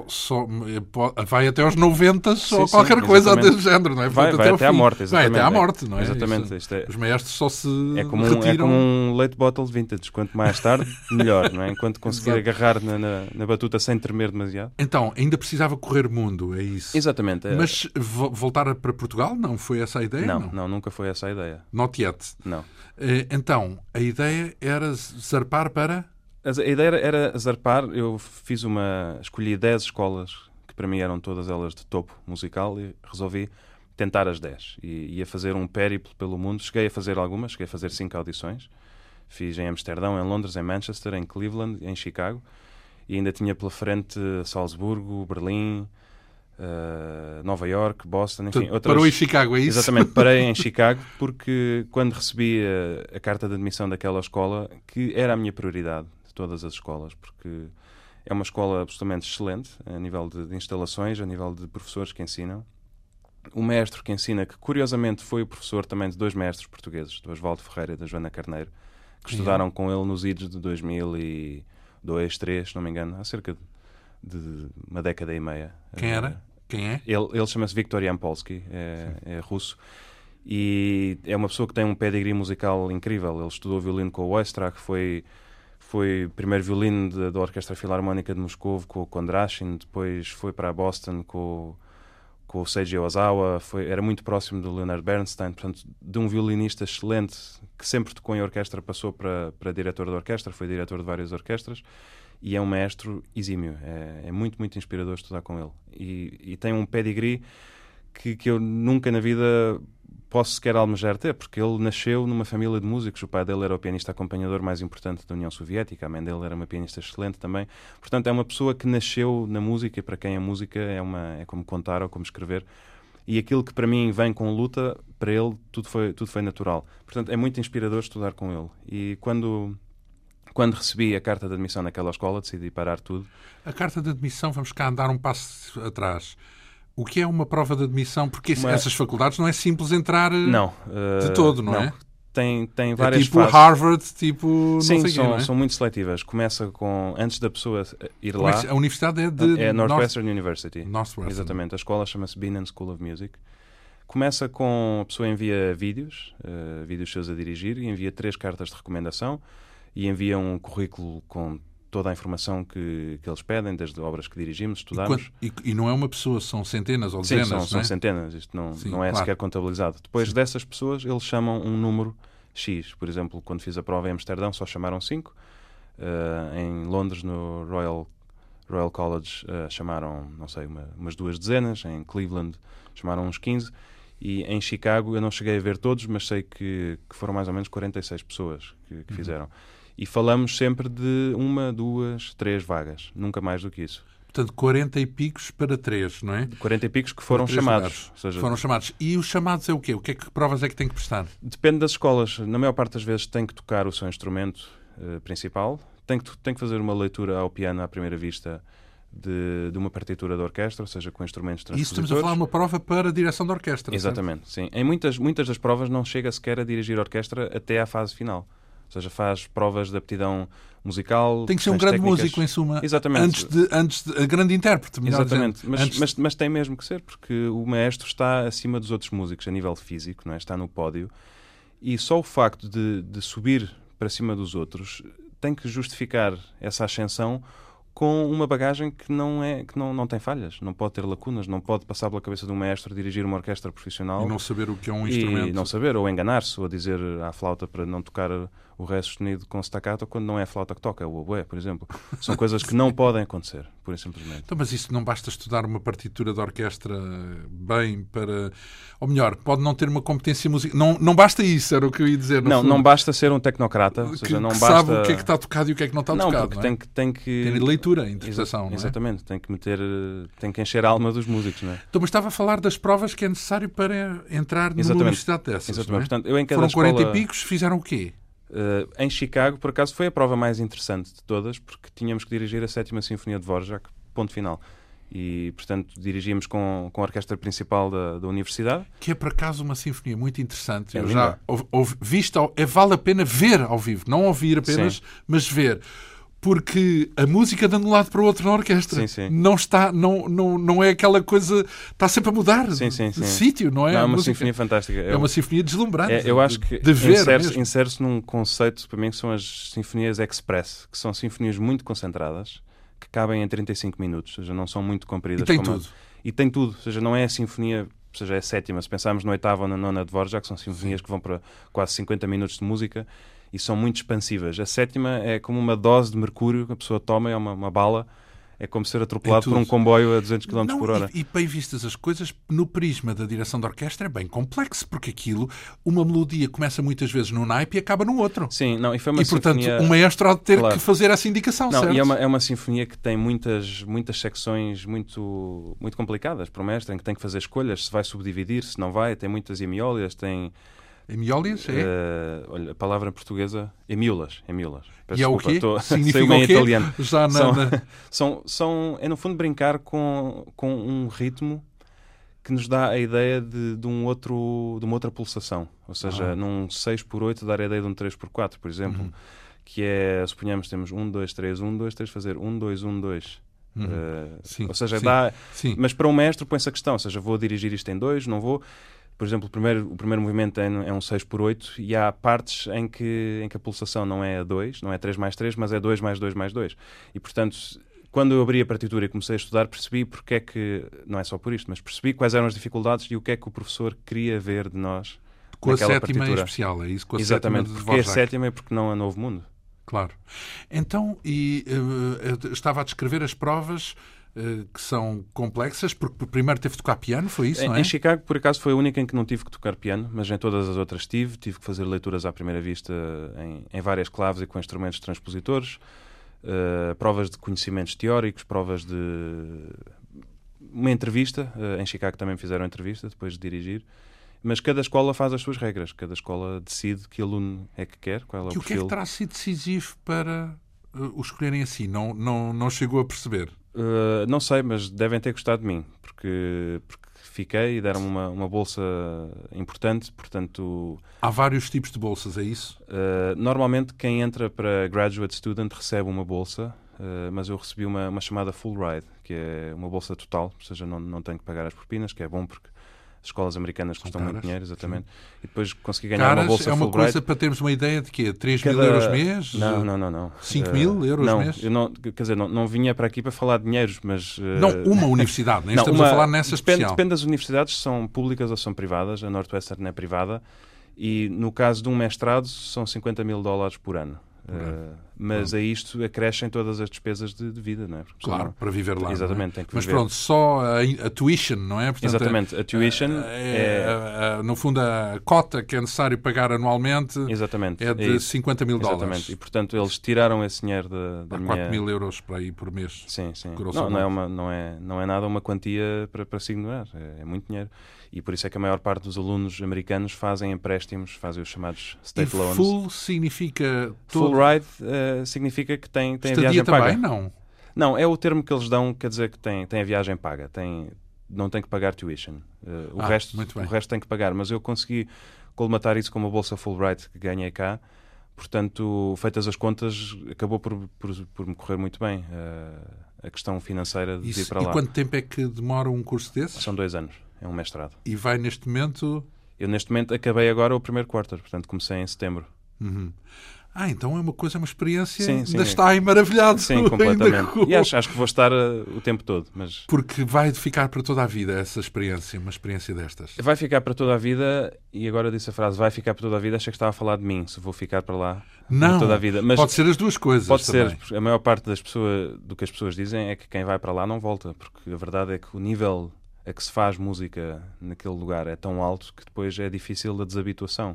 vai até aos 90 só qualquer coisa desse género, não é? Vai até à morte, exatamente. Vai até à morte, não é? Exatamente. Os maestros só se retiram... É como um late bottle vintage. Quanto mais tarde, melhor, não é? Enquanto conseguir agarrar na batuta sem tremer demasiado. Então, ainda precisava correr mundo, é isso? Exatamente. Mas voltar para Portugal, não foi essa a ideia? Não, nunca foi essa a ideia. Not yet. Não. Então, a ideia era zarpar para... A ideia era zarpar. Eu escolhi 10 escolas que para mim eram todas elas de topo musical e resolvi tentar as 10. E ia fazer um périplo pelo mundo. Cheguei a fazer 5 audições. Fiz em Amsterdão, em Londres, em Manchester, em Cleveland, em Chicago. E ainda tinha pela frente Salzburgo, Berlim, Nova York, Boston, enfim. Parou em Chicago, é isso? Exatamente, parei em Chicago porque quando recebi a carta de admissão daquela escola, que era a minha prioridade de todas as escolas, porque é uma escola absolutamente excelente a nível de instalações, a nível de professores que ensinam. O mestre que ensina, que curiosamente foi o professor também de 2 mestres portugueses, do Osvaldo Ferreira e da Joana Carneiro, que estudaram com ele nos idos de 2002, 2003, se não me engano, há cerca de uma década e meia. Quem é? Ele chama-se Viktor Yampolsky, é russo, e é uma pessoa que tem um pedigree musical incrível. Ele estudou violino com o Oistrakh, foi primeiro violino da Orquestra Filarmónica de Moscou com o Kondrashin, depois foi para Boston com o Seiji Ozawa, era muito próximo do Leonard Bernstein, portanto, de um violinista excelente que sempre tocou em orquestra, passou para diretor da orquestra, foi diretor de várias orquestras. E é um maestro exímio. É muito, muito inspirador estudar com ele. E tem um pedigree que eu nunca na vida posso sequer almejar ter, porque ele nasceu numa família de músicos. O pai dele era o pianista acompanhador mais importante da União Soviética, a mãe dele era uma pianista excelente também. Portanto, é uma pessoa que nasceu na música, e para quem a música é como contar ou como escrever. E aquilo que para mim vem com luta, para ele tudo foi natural. Portanto, é muito inspirador estudar com ele. E quando recebi a carta de admissão naquela escola, decidi parar tudo. A carta de admissão, vamos cá andar um passo atrás. O que é uma prova de admissão? Porque essas faculdades não é simples entrar de todo, não é? Tem várias tipo fases. Harvard, tipo... não Sim, sei quê, não é? São muito seletivas. Começa com... Antes da pessoa ir lá... A universidade é de... É Northwestern University. Northwestern. Exatamente. A escola chama-se Bienen School of Music. Começa com... A pessoa envia vídeos seus a dirigir, e envia 3 cartas de recomendação, e envia um currículo com toda a informação que eles pedem, desde obras que dirigimos, estudamos. E não é uma pessoa, são centenas ou dezenas, Sim, são não é? centenas. Isto não é sequer contabilizado. Depois dessas pessoas, eles chamam um número X. Por exemplo, quando fiz a prova em Amsterdão, só chamaram 5. Em Londres, no Royal College chamaram, não sei, umas 2 dezenas, em Cleveland chamaram uns 15, e em Chicago eu não cheguei a ver todos, mas sei que foram mais ou menos 46 pessoas que fizeram. E falamos sempre de 1, 2, 3 vagas, nunca mais do que isso. Portanto, 40 e picos para 3, não é? 40 e picos que foram chamados. Ou seja, foram chamados. E os chamados é o quê? Que provas é que tem que prestar? Depende das escolas. Na maior parte das vezes tem que tocar o seu instrumento principal, tem que fazer uma leitura ao piano à primeira vista de uma partitura da orquestra, ou seja, com instrumentos transpositores. Isso estamos a falar de uma prova para a direção da orquestra. Exatamente, sim. Em muitas das provas não chega sequer a dirigir a orquestra até à fase final. Ou seja, faz provas de aptidão musical. Tem que ser um grande músico, em suma. Exatamente. Antes de grande intérprete, melhor exatamente. dizendo. Mas tem mesmo que ser, porque o maestro está acima dos outros músicos a nível físico, não é? Está no pódio. E só o facto de subir para cima dos outros tem que justificar essa ascensão com uma bagagem que não tem falhas, não pode ter lacunas, não pode passar pela cabeça de um maestro dirigir uma orquestra profissional e não saber o que é um instrumento. E não saber, ou enganar-se, ou dizer à flauta para não tocar o ré sustenido com staccato quando não é a flauta que toca, é o oboé, por exemplo. São coisas que não podem acontecer, pura e simplesmente. Então, mas isso não basta estudar uma partitura de orquestra bem para... Ou melhor, pode não ter uma competência musical. Não basta isso, era o que eu ia dizer. Não basta ser um tecnocrata. Ou seja, não basta... sabe o que é que está tocado e o que é que não está tocado. Não, porque tem que... Tem leitura, interpretação, não é? Exatamente. Tem que encher a alma dos músicos, não é? Então, mas estava a falar das provas que é necessário para entrar numa universidade dessas. Exatamente. Não é? Portanto, eu em cada Foram 40 escola... e picos, fizeram o quê? Em Chicago, por acaso, foi a prova mais interessante de todas, porque tínhamos que dirigir a 7ª Sinfonia de Dvorak, ponto final. E, portanto, dirigíamos com a orquestra principal da universidade. Que é, por acaso, uma sinfonia muito interessante. Eu já vale a pena ver ao vivo. Não ouvir apenas, mas ver. Porque a música de um lado para o outro na orquestra não é aquela coisa, está sempre a mudar de sítio, não é? Não, é uma sinfonia fantástica. É uma sinfonia deslumbrante. Eu acho que insere-se num conceito, para mim, que são as sinfonias express, que são sinfonias muito concentradas, que cabem em 35 minutos, ou seja, não são muito compridas. E tem tudo. Ou seja, não é a sinfonia, ou seja, é a 7ª. Se pensarmos no 8ª ou na 9ª de Dvorak, são sinfonias que vão para quase 50 minutos de música, e são muito expansivas. A 7ª é como uma dose de mercúrio que a pessoa toma, é uma bala, é como ser atropelado por um comboio a 200 km por hora. E bem vistas as coisas, no prisma da direção da orquestra é bem complexo, porque aquilo, uma melodia começa muitas vezes num naipe e acaba num outro. Sim, não, e foi uma portanto, sinfonia... o maestro há de ter que fazer essa indicação, certo? E é uma sinfonia que tem muitas secções muito complicadas para o mestre, em que tem que fazer escolhas, se vai subdividir, se não vai, tem muitas hemiólias, tem... Emiólias? Olha, a palavra portuguesa, emiúlas. E é o quê? Significa o quê? Italiano. São, é no fundo brincar com um ritmo que nos dá a ideia de uma outra pulsação. Ou seja, num 6x8 dar a ideia de um 3x4, por exemplo, que é, suponhamos, temos 1, 2, 3, 1, 2, 3, fazer 1, 2, 1, 2. Ou seja, dá... Mas para um mestre põe-se a questão, ou seja, vou dirigir isto em 2, não vou... Por exemplo, o primeiro movimento é um 6x8 e há partes em que a pulsação não é a 2, não é 3 mais 3, mas é 2 mais 2 mais 2. E, portanto, quando eu abri a partitura e comecei a estudar, percebi porque é que, não é só por isto, mas percebi quais eram as dificuldades e o que é que o professor queria ver de nós com naquela partitura. Com a 7ª em especial, é isso? Com a Exatamente, porque a 7ª é porque não é Novo Mundo. Claro. Então, estava a descrever as provas... que são complexas, porque primeiro teve que tocar piano, foi isso, não é? Em Chicago, por acaso, foi a única em que não tive que tocar piano, mas em todas as outras tive que fazer leituras à primeira vista em várias claves e com instrumentos transpositores, provas de conhecimentos teóricos, provas de... uma entrevista, em Chicago também fizeram entrevista, depois de dirigir, mas cada escola faz as suas regras, cada escola decide que aluno é que quer, qual é o perfil. E o que é que terá sido decisivo para o escolherem assim? Não chegou a perceber? Não sei, mas devem ter gostado de mim, porque fiquei e deram-me uma bolsa importante, portanto... Há vários tipos de bolsas, é isso? Normalmente quem entra para Graduate Student recebe uma bolsa, mas eu recebi uma chamada Full Ride, que é uma bolsa total, ou seja, não tenho que pagar as propinas, que é bom porque as escolas americanas custam muito dinheiro, exatamente. Sim. E depois consegui ganhar uma bolsa Fulbright. É uma coisa para termos uma ideia de quê? 3 mil euros mês? Não. 5 mil euros mês? Eu quer dizer, não vinha para aqui para falar de dinheiros, mas... Não, uma universidade, nem estamos a falar nessa especial. Depende das universidades, se são públicas ou são privadas. A Northwestern é privada. E no caso de um mestrado, são $50 mil por ano. mas a isto acrescem todas as despesas de vida, não é? Porque claro, para viver lá. Exatamente, não é? tem que Mas viver. pronto, só a tuition, não é? Portanto, exatamente, a tuition no fundo, a cota que é necessário pagar anualmente exatamente, é de 50 mil dólares. Exatamente, e portanto eles tiraram esse dinheiro da minha... 4 mil euros para aí por mês. Sim. Não é nada uma quantia para se ignorar, é muito dinheiro. E por isso é que a maior parte dos alunos americanos fazem empréstimos, fazem os chamados state loans. Full significa... Full ride significa que tem a viagem também, paga. não? Não, é o termo que eles dão, quer dizer que tem a viagem paga, não tem que pagar tuition. O resto tem que pagar, mas eu consegui colmatar isso com uma bolsa Fulbright que ganhei cá. Portanto, feitas as contas, acabou por me correr muito bem a questão financeira de ir para lá. E quanto tempo é que demora um curso desses? São 2 anos, é um mestrado. E vai neste momento... Eu neste momento acabei agora o primeiro quarter, portanto comecei em setembro. Uhum. Então é uma experiência... Sim, ainda está aí maravilhado. Sim, completamente. E acho que vou estar o tempo todo. Mas... Porque vai ficar para toda a vida essa experiência, uma experiência destas. Vai ficar para toda a vida, e agora disse a frase, vai ficar para toda a vida, achei que estava a falar de mim, se vou ficar para lá para toda a vida. Mas pode ser as duas coisas. Pode também. ser, porque a maior parte do que as pessoas dizem é que quem vai para lá não volta, porque a verdade é que o nível a que se faz música naquele lugar é tão alto que depois é difícil a desabituação.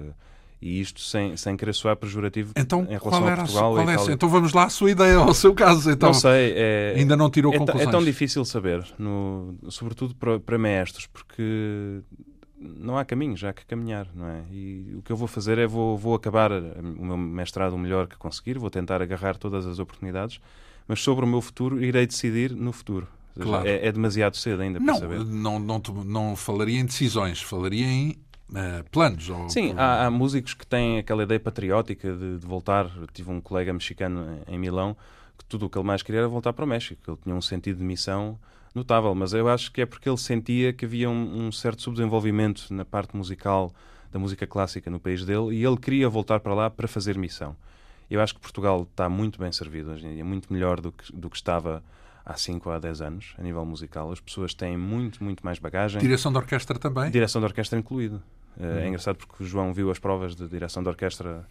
E isto sem querer soar pejorativo em relação a Portugal e Itália. Então vamos lá à sua ideia, ao seu caso. Então, não sei. Ainda não tirou conclusões. É tão difícil saber, sobretudo para maestros, porque não há caminhos, há que caminhar, não é? E o que eu vou fazer é vou acabar o meu mestrado o melhor que conseguir, vou tentar agarrar todas as oportunidades, mas sobre o meu futuro irei decidir no futuro. Ou seja, claro. É demasiado cedo ainda para saber. Não falaria em decisões, falaria em planos. Sim, há músicos que têm aquela ideia patriótica de voltar. Eu tive um colega mexicano em Milão que tudo o que ele mais queria era voltar para o México. Ele tinha um sentido de missão notável, mas eu acho que é porque ele sentia que havia um certo subdesenvolvimento na parte musical da música clássica no país dele e ele queria voltar para lá para fazer missão. Eu acho que Portugal está muito bem servido hoje em dia, muito melhor do que estava há 5 ou há 10 anos, a nível musical. As pessoas têm muito, muito mais bagagem. Direção de orquestra também? Direção de orquestra incluído. É engraçado porque o João viu as provas de direção de orquestra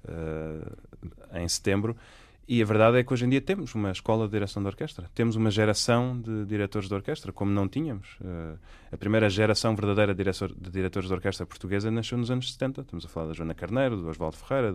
em setembro e a verdade é que hoje em dia temos uma escola de direção de orquestra. Temos uma geração de diretores de orquestra, como não tínhamos. A primeira geração verdadeira de diretores de orquestra portuguesa nasceu nos anos 70. Estamos a falar da Joana Carneiro, do Osvaldo Ferreira,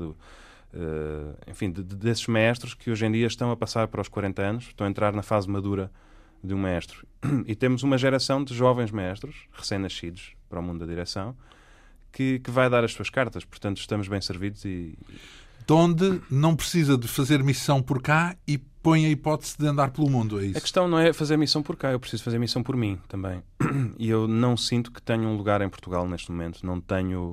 enfim, desses maestros que hoje em dia estão a passar para os 40 anos, estão a entrar na fase madura de um maestro. E temos uma geração de jovens maestros, recém-nascidos para o mundo da direção, que vai dar as suas cartas. Portanto, estamos bem servidos e... Onde não precisa de fazer missão por cá e põe a hipótese de andar pelo mundo, é isso? A questão não é fazer missão por cá, eu preciso fazer missão por mim também. E eu não sinto que tenho um lugar em Portugal neste momento. Não tenho...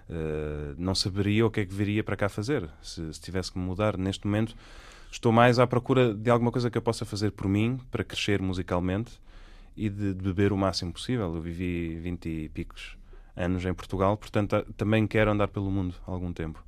não saberia o que é que viria para cá fazer se tivesse que me mudar. Neste momento estou mais à procura de alguma coisa que eu possa fazer por mim para crescer musicalmente e de beber o máximo possível. Eu vivi 20 e picos anos em Portugal, portanto também quero andar pelo mundo há algum tempo.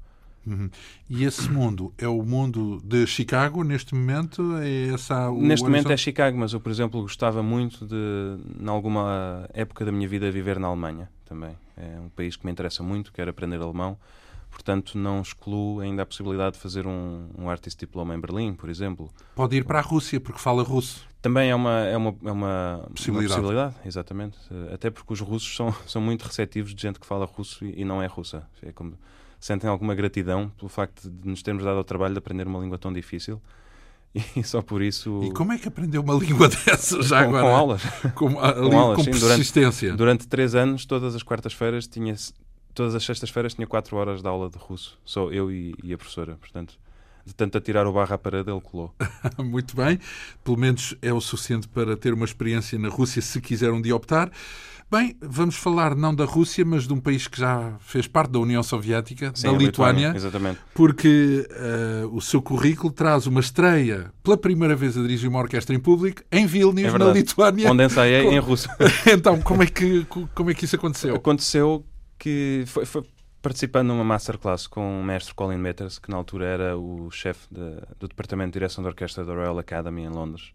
E esse mundo é o mundo de Chicago neste momento? Neste momento é Chicago, mas eu, por exemplo, gostava muito de, em alguma época da minha vida, viver na Alemanha também. É um país que me interessa muito, quero aprender alemão, portanto não excluo ainda a possibilidade de fazer um Artist Diploma em Berlim, por exemplo. Pode ir para a Rússia, porque fala russo. Também é uma possibilidade, exatamente. Até porque os russos são muito receptivos de gente que fala russo e não é russa. É como... Sentem alguma gratidão pelo facto de nos termos dado ao trabalho de aprender uma língua tão difícil e só por isso... E como é que aprendeu uma língua dessas já agora? Com aulas. Com aulas, com persistência. Durante 3 anos, todas as quartas-feiras, todas as sextas-feiras tinha 4 horas de aula de russo. Só eu e a professora. Portanto, de tanto atirar o barro à parede, ele colou. Muito bem. Pelo menos é o suficiente para ter uma experiência na Rússia, se quiser um dia optar. Bem, vamos falar não da Rússia, mas de um país que já fez parte da União Soviética, sim, da Lituânia, exatamente. Porque o seu currículo traz uma estreia, pela primeira vez a dirigir uma orquestra em público, em Vilnius, na Lituânia. Onde ensaiei em russo. Então, como é que isso aconteceu? Aconteceu que foi participando numa masterclass com o mestre Colin Metters, que na altura era o chefe do Departamento de Direção de Orquestra da Royal Academy em Londres.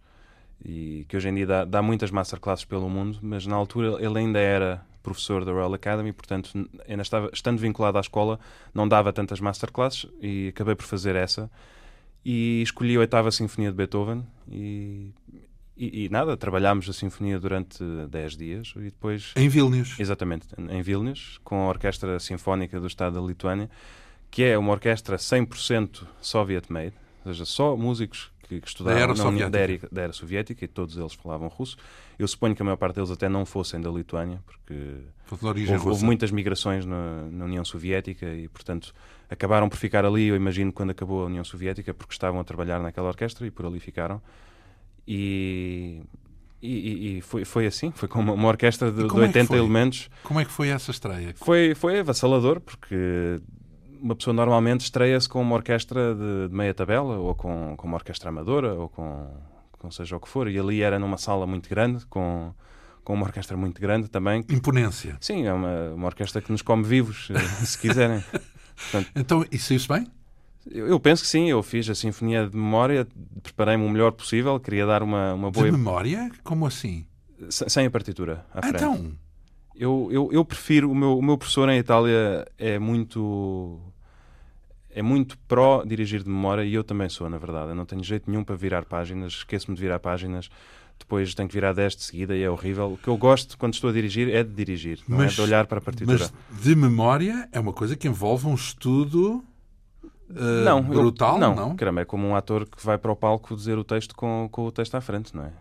E que hoje em dia dá muitas masterclasses pelo mundo, mas na altura ele ainda era professor da Royal Academy, portanto, estando vinculado à escola, não dava tantas masterclasses e acabei por fazer essa. e escolhi a 8ª Sinfonia de Beethoven e nada, trabalhámos a Sinfonia durante 10 dias e depois... Em Vilnius. Exatamente, em Vilnius, com a Orquestra Sinfónica do Estado da Lituânia, que é uma orquestra 100% Soviet-made, ou seja, só músicos que estudaram da era soviética, e todos eles falavam russo. Eu suponho que a maior parte deles até não fossem da Lituânia, porque houve muitas migrações na União Soviética e, portanto, acabaram por ficar ali, eu imagino, quando acabou a União Soviética, porque estavam a trabalhar naquela orquestra e por ali ficaram. E foi assim, foi com uma orquestra de 80 elementos. Como é que foi essa estreia? Foi avassalador, porque uma pessoa normalmente estreia-se com uma orquestra de meia tabela, ou com uma orquestra amadora, ou com seja o que for, e ali era numa sala muito grande, com uma orquestra muito grande também. Imponência. Sim, é uma orquestra que nos come vivos, se quiserem. Portanto, então, e saiu-se bem? Eu penso que sim, eu fiz a Sinfonia de Memória, preparei-me o melhor possível, queria dar uma boa... De memória? Como assim? Sem a partitura à frente. Então... Eu prefiro, o meu professor em Itália é muito pró dirigir de memória, e eu também sou, na verdade. Eu não tenho jeito nenhum para virar páginas, esqueço-me de virar páginas, depois tenho que virar 10 de seguida e é horrível. O que eu gosto quando estou a dirigir é de dirigir, não é de olhar para a partitura. Mas de memória é uma coisa que envolve um estudo brutal, não? Caramba, é como um ator que vai para o palco dizer o texto com o texto à frente, não é?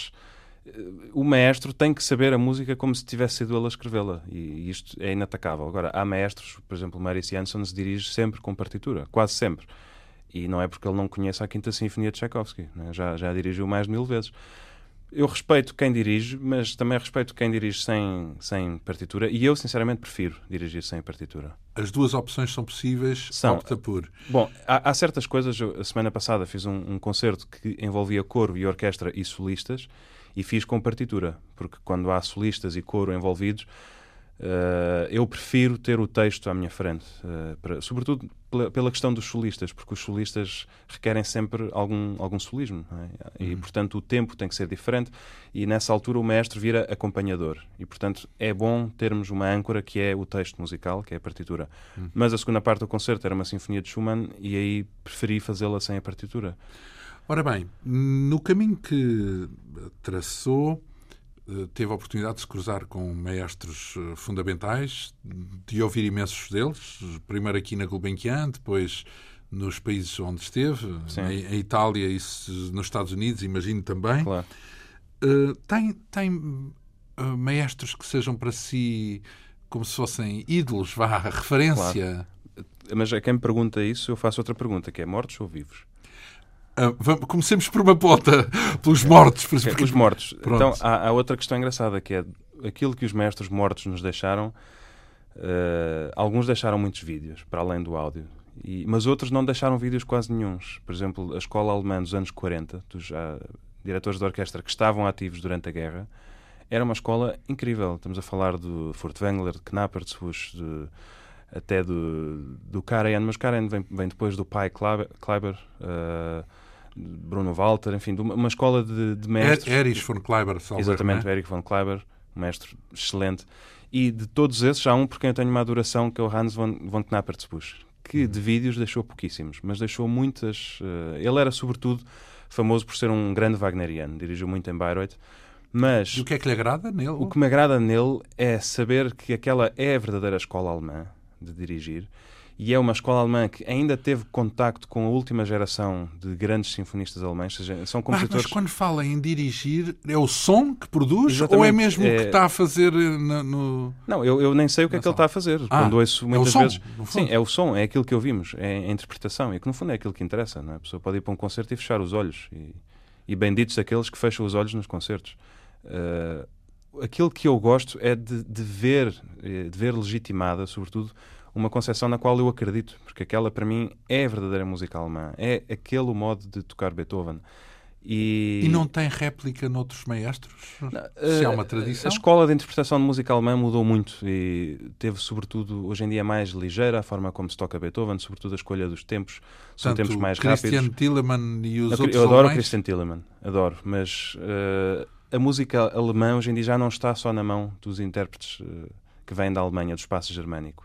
O maestro tem que saber a música como se tivesse sido ele a escrevê-la, e isto é inatacável. Agora, há maestros, por exemplo, Marius Jansson se dirige sempre com partitura, quase sempre, e não é porque ele não conhece a 5ª Sinfonia de Tchaikovsky, não é? Já dirigiu mais de 1000 vezes. Eu respeito quem dirige, mas também respeito quem dirige sem partitura, e eu sinceramente prefiro dirigir sem partitura. As duas opções são possíveis, opta por... Bom, há certas coisas. A semana passada fiz um concerto que envolvia coro e orquestra e solistas, e fiz com partitura, porque quando há solistas e coro envolvidos, eu prefiro ter o texto à minha frente, sobretudo pela questão dos solistas, porque os solistas requerem sempre algum solismo, não é? E, portanto, o tempo tem que ser diferente, e nessa altura o maestro vira acompanhador, e, portanto, é bom termos uma âncora que é o texto musical, que é a partitura. Mas a segunda parte do concerto era uma sinfonia de Schumann, e aí preferi fazê-la sem a partitura. Ora bem, no caminho que traçou, teve a oportunidade de se cruzar com maestros fundamentais, de ouvir imensos deles, primeiro aqui na Gulbenkian, depois nos países onde esteve, em Itália e nos Estados Unidos, imagino também. Claro. Tem maestros que sejam para si como se fossem ídolos, referência? Claro. Mas a quem me pergunta isso, eu faço outra pergunta, que é: mortos ou vivos? Comecemos por uma ponta, pelos mortos. Os mortos. Pronto. Então, há outra questão engraçada, que é aquilo que os maestros mortos nos deixaram. Alguns deixaram muitos vídeos, para além do áudio, mas outros não deixaram vídeos quase nenhuns. Por exemplo, a escola alemã dos anos 40, dos diretores de orquestra que estavam ativos durante a guerra, era uma escola incrível. Estamos a falar do Furtwängler, de Knappertsbusch, até do Karajan, mas Karajan vem depois do Pai Kleiber, Bruno Walter, enfim, de uma escola de mestres. Erich von Kleiber, exatamente, Erich von Kleiber, um mestre excelente. E de todos esses, há um por quem eu tenho uma adoração, que é o Hans von Knappertsbusch, que de vídeos deixou pouquíssimos, mas deixou muitas. Ele era, sobretudo, famoso por ser um grande wagneriano, dirigiu muito em Bayreuth. Mas e o que é que lhe agrada nele? O que me agrada nele é saber que aquela é a verdadeira escola alemã de dirigir, e é uma escola alemã que ainda teve contacto com a última geração de grandes sinfonistas alemães, ou seja, são compositores... Mas quando fala em dirigir, é o som que produz? Exatamente. Ou é mesmo o que está a fazer no... Não, eu nem sei o que é que ele está a fazer. Quando ouço muitas vezes... Sim, é o som, é aquilo que ouvimos, é a interpretação, e que no fundo é aquilo que interessa, não é? A pessoa pode ir para um concerto e fechar os olhos, e benditos daqueles que fecham os olhos nos concertos. Aquilo que eu gosto é de ver legitimada, sobretudo, uma concepção na qual eu acredito, porque aquela para mim é a verdadeira música alemã, é aquele modo de tocar Beethoven. E não tem réplica noutros maestros? Se há uma tradição? A escola de interpretação de música alemã mudou muito e teve, sobretudo, hoje em dia mais ligeira a forma como se toca Beethoven, sobretudo a escolha dos tempos, são tempos mais rápidos. Christian Thielemann e os outros Eu adoro alemães? O Christian Thielemann, adoro, mas a música alemã hoje em dia já não está só na mão dos intérpretes que vêm da Alemanha, do espaço germânico.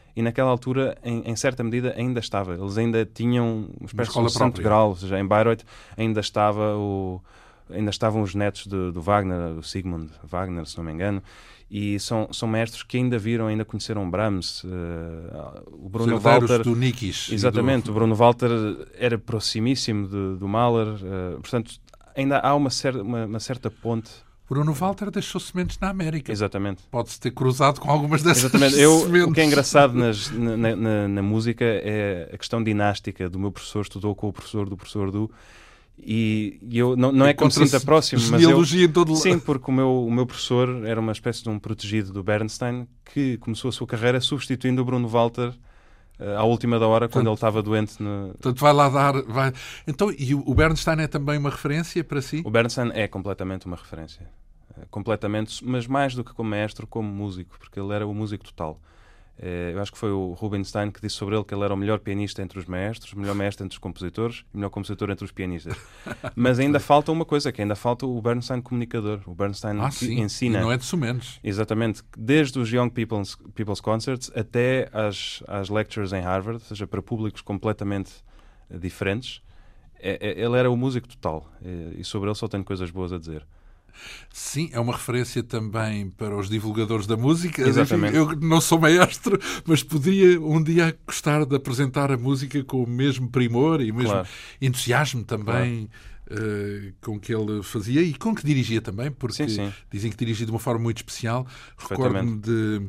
e naquela altura, em certa medida, ainda estava. Eles ainda tinham uma espécie de escola santo própria. grau, ou seja, em Bayreuth ainda estavam os netos do Wagner, do Sigmund Wagner, se não me engano, e são maestros que ainda viram, ainda conheceram Brahms, o Bruno Walter. Do Nikis. Exatamente, o Bruno Walter era proximíssimo do Mahler, portanto, ainda há uma certa ponte. Bruno Walter deixou sementes na América. Exatamente. Pode-se ter cruzado com algumas dessas Exatamente. sementes. O que é engraçado na música é a questão dinástica do meu professor, estudou com o professor do e eu não é que me sinta próximo, mas genealogia em todo lado. Sim, porque o meu professor era uma espécie de um protegido do Bernstein que começou a sua carreira substituindo o Bruno Walter à última da hora, quando ele estava doente. Portanto, vai lá dar... Então, e o Bernstein é também uma referência para si? O Bernstein é completamente uma referência. Completamente, mas mais do que como maestro, como músico, porque ele era o músico total. Eu acho que foi o Rubinstein que disse sobre ele que ele era o melhor pianista entre os maestros, o melhor maestro entre os compositores e o melhor compositor entre os pianistas. Mas ainda falta uma coisa, que ainda falta o Bernstein comunicador. O Bernstein que ensina... E não é de sumenos. Exatamente. Desde os Young People's Concerts até às lectures em Harvard, ou seja, para públicos completamente diferentes. Ele era o músico total. E sobre ele só tenho coisas boas a dizer. Sim, é uma referência também para os divulgadores da música. Exatamente. Enfim, eu não sou maestro, mas poderia um dia gostar de apresentar a música com o mesmo primor e o mesmo entusiasmo também com que ele fazia e com que dirigia também, porque sim. dizem que dirigia de uma forma muito especial. Recordo-me de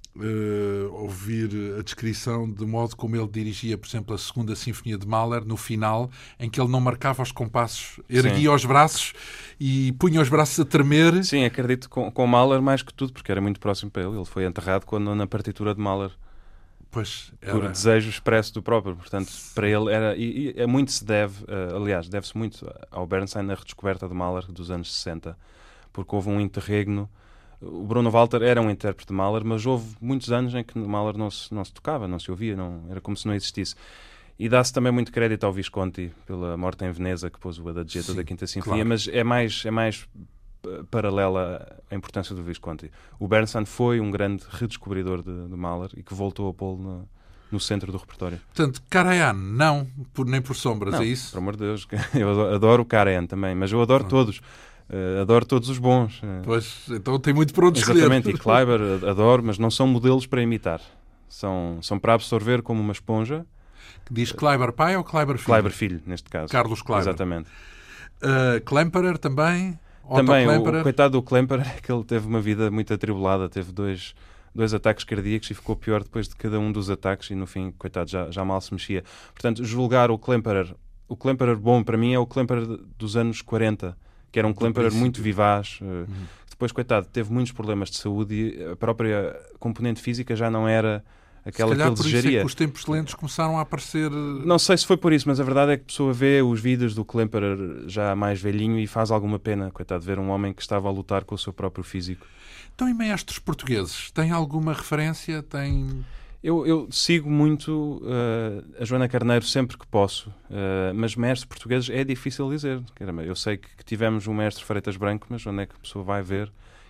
ouvir a descrição do modo como ele dirigia, por exemplo, a segunda Sinfonia de Mahler, no final, em que ele não marcava os compassos, erguia os braços e punha os braços a tremer. Sim, acredito com Mahler mais que tudo, porque era muito próximo para ele. Ele foi enterrado na partitura de Mahler. Pois, por desejo expresso do próprio. Portanto, para ele era... E muito se deve, aliás, deve-se muito ao Bernstein na redescoberta de Mahler dos anos 60, porque houve um interregno. O Bruno Walter era um intérprete de Mahler, mas houve muitos anos em que Mahler não se tocava, não se ouvia, era como se não existisse. E dá-se também muito crédito ao Visconti pela morte em Veneza, que pôs o Adagietto da Quinta Sinfonia, claro. Mas é mais paralela à importância do Visconti. O Bernstein foi um grande redescobridor de Mahler e que voltou a pô-lo no centro do repertório. Portanto, Karajan, não nem por sombras, não, é isso? Por amor de Deus, eu adoro o Karajan também, mas eu adoro todos. Adoro todos os bons. Pois, então tem muito por onde escolher. Exatamente, e Kleiber adoro, mas não são modelos para imitar. São para absorver como uma esponja. Diz Kleiber pai ou Kleiber filho? Kleiber filho, neste caso. Carlos Kleiber. Exatamente. Klemperer também? Também, o coitado do Klemperer é que ele teve uma vida muito atribulada. Teve dois ataques cardíacos e ficou pior depois de cada um dos ataques e no fim, coitado, já mal se mexia. Portanto, julgar o Klemperer bom para mim é o Klemperer dos anos 40, que era um Klemperer muito vivaz. Depois, coitado, teve muitos problemas de saúde e a própria componente física já não era aquela que ele desejaria. Por isso é que os tempos lentos começaram a aparecer... Não sei se foi por isso, mas a verdade é que a pessoa vê os vídeos do Klemperer já mais velhinho e faz alguma pena, coitado, ver um homem que estava a lutar com o seu próprio físico. Então, e maestros portugueses? Tem alguma referência? Eu sigo muito a Joana Carneiro sempre que posso, mas maestros portugueses é difícil dizer. Eu sei que tivemos um maestro Freitas Branco, mas onde é que a pessoa vai ver?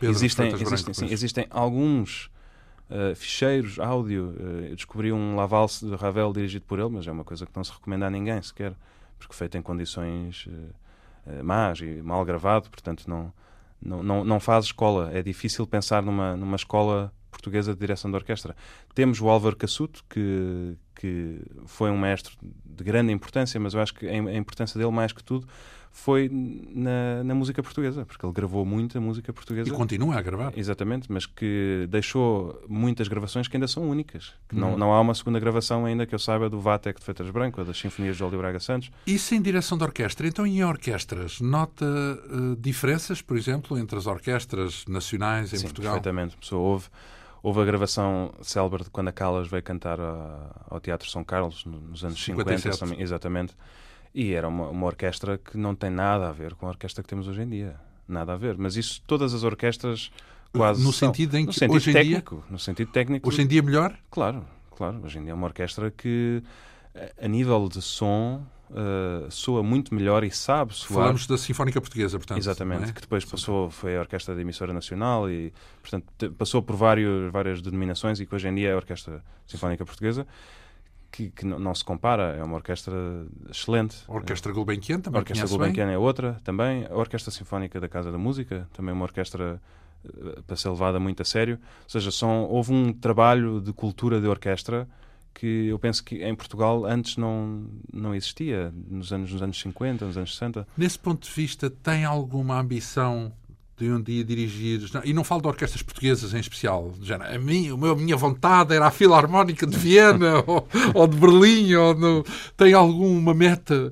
Existem alguns ficheiros, áudio. Eu descobri um La Valse de Ravel dirigido por ele, mas é uma coisa que não se recomenda a ninguém sequer, porque feito em condições más e mal gravado, portanto não faz escola. É difícil pensar numa escola portuguesa de direção de orquestra. Temos o Álvaro Cassuto, que foi um maestro de grande importância, mas eu acho que a importância dele, mais que tudo, foi na música portuguesa, porque ele gravou muita música portuguesa. E continua a gravar. Exatamente, mas que deixou muitas gravações que ainda são únicas. Que não há uma segunda gravação ainda que eu saiba do Vatek de Freitas Branco ou das Sinfonias de Júlio Braga Santos. Isso em direção de orquestra. Então, em orquestras, nota diferenças, por exemplo, entre as orquestras nacionais em Portugal? Sim, perfeitamente. Houve a gravação célebre de quando a Callas veio cantar ao Teatro São Carlos nos anos 50. Exatamente. E era uma orquestra que não tem nada a ver com a orquestra que temos hoje em dia. Nada a ver. Mas isso, todas as orquestras quase no sentido em que hoje em dia... No sentido técnico. Hoje em dia melhor? Claro. Hoje em dia é uma orquestra que a nível de som, soa muito melhor e sabe soar. Falamos da Sinfónica Portuguesa, portanto. Exatamente, que depois foi a Orquestra da Emissora Nacional e, portanto, passou por várias denominações e que hoje em dia é a Orquestra Sinfónica Portuguesa, que não se compara, é uma orquestra excelente. A Orquestra Gulbenkian também. A Orquestra Gulbenkian é outra também. A Orquestra Sinfónica da Casa da Música, também uma orquestra para ser levada muito a sério. Ou seja, houve um trabalho de cultura de orquestra que eu penso que em Portugal antes não existia, nos anos 50, nos anos 60. Nesse ponto de vista, tem alguma ambição de um dia dirigir... E não falo de orquestras portuguesas em especial. A minha vontade era a Filarmónica de Viena ou de Berlim. Tem alguma meta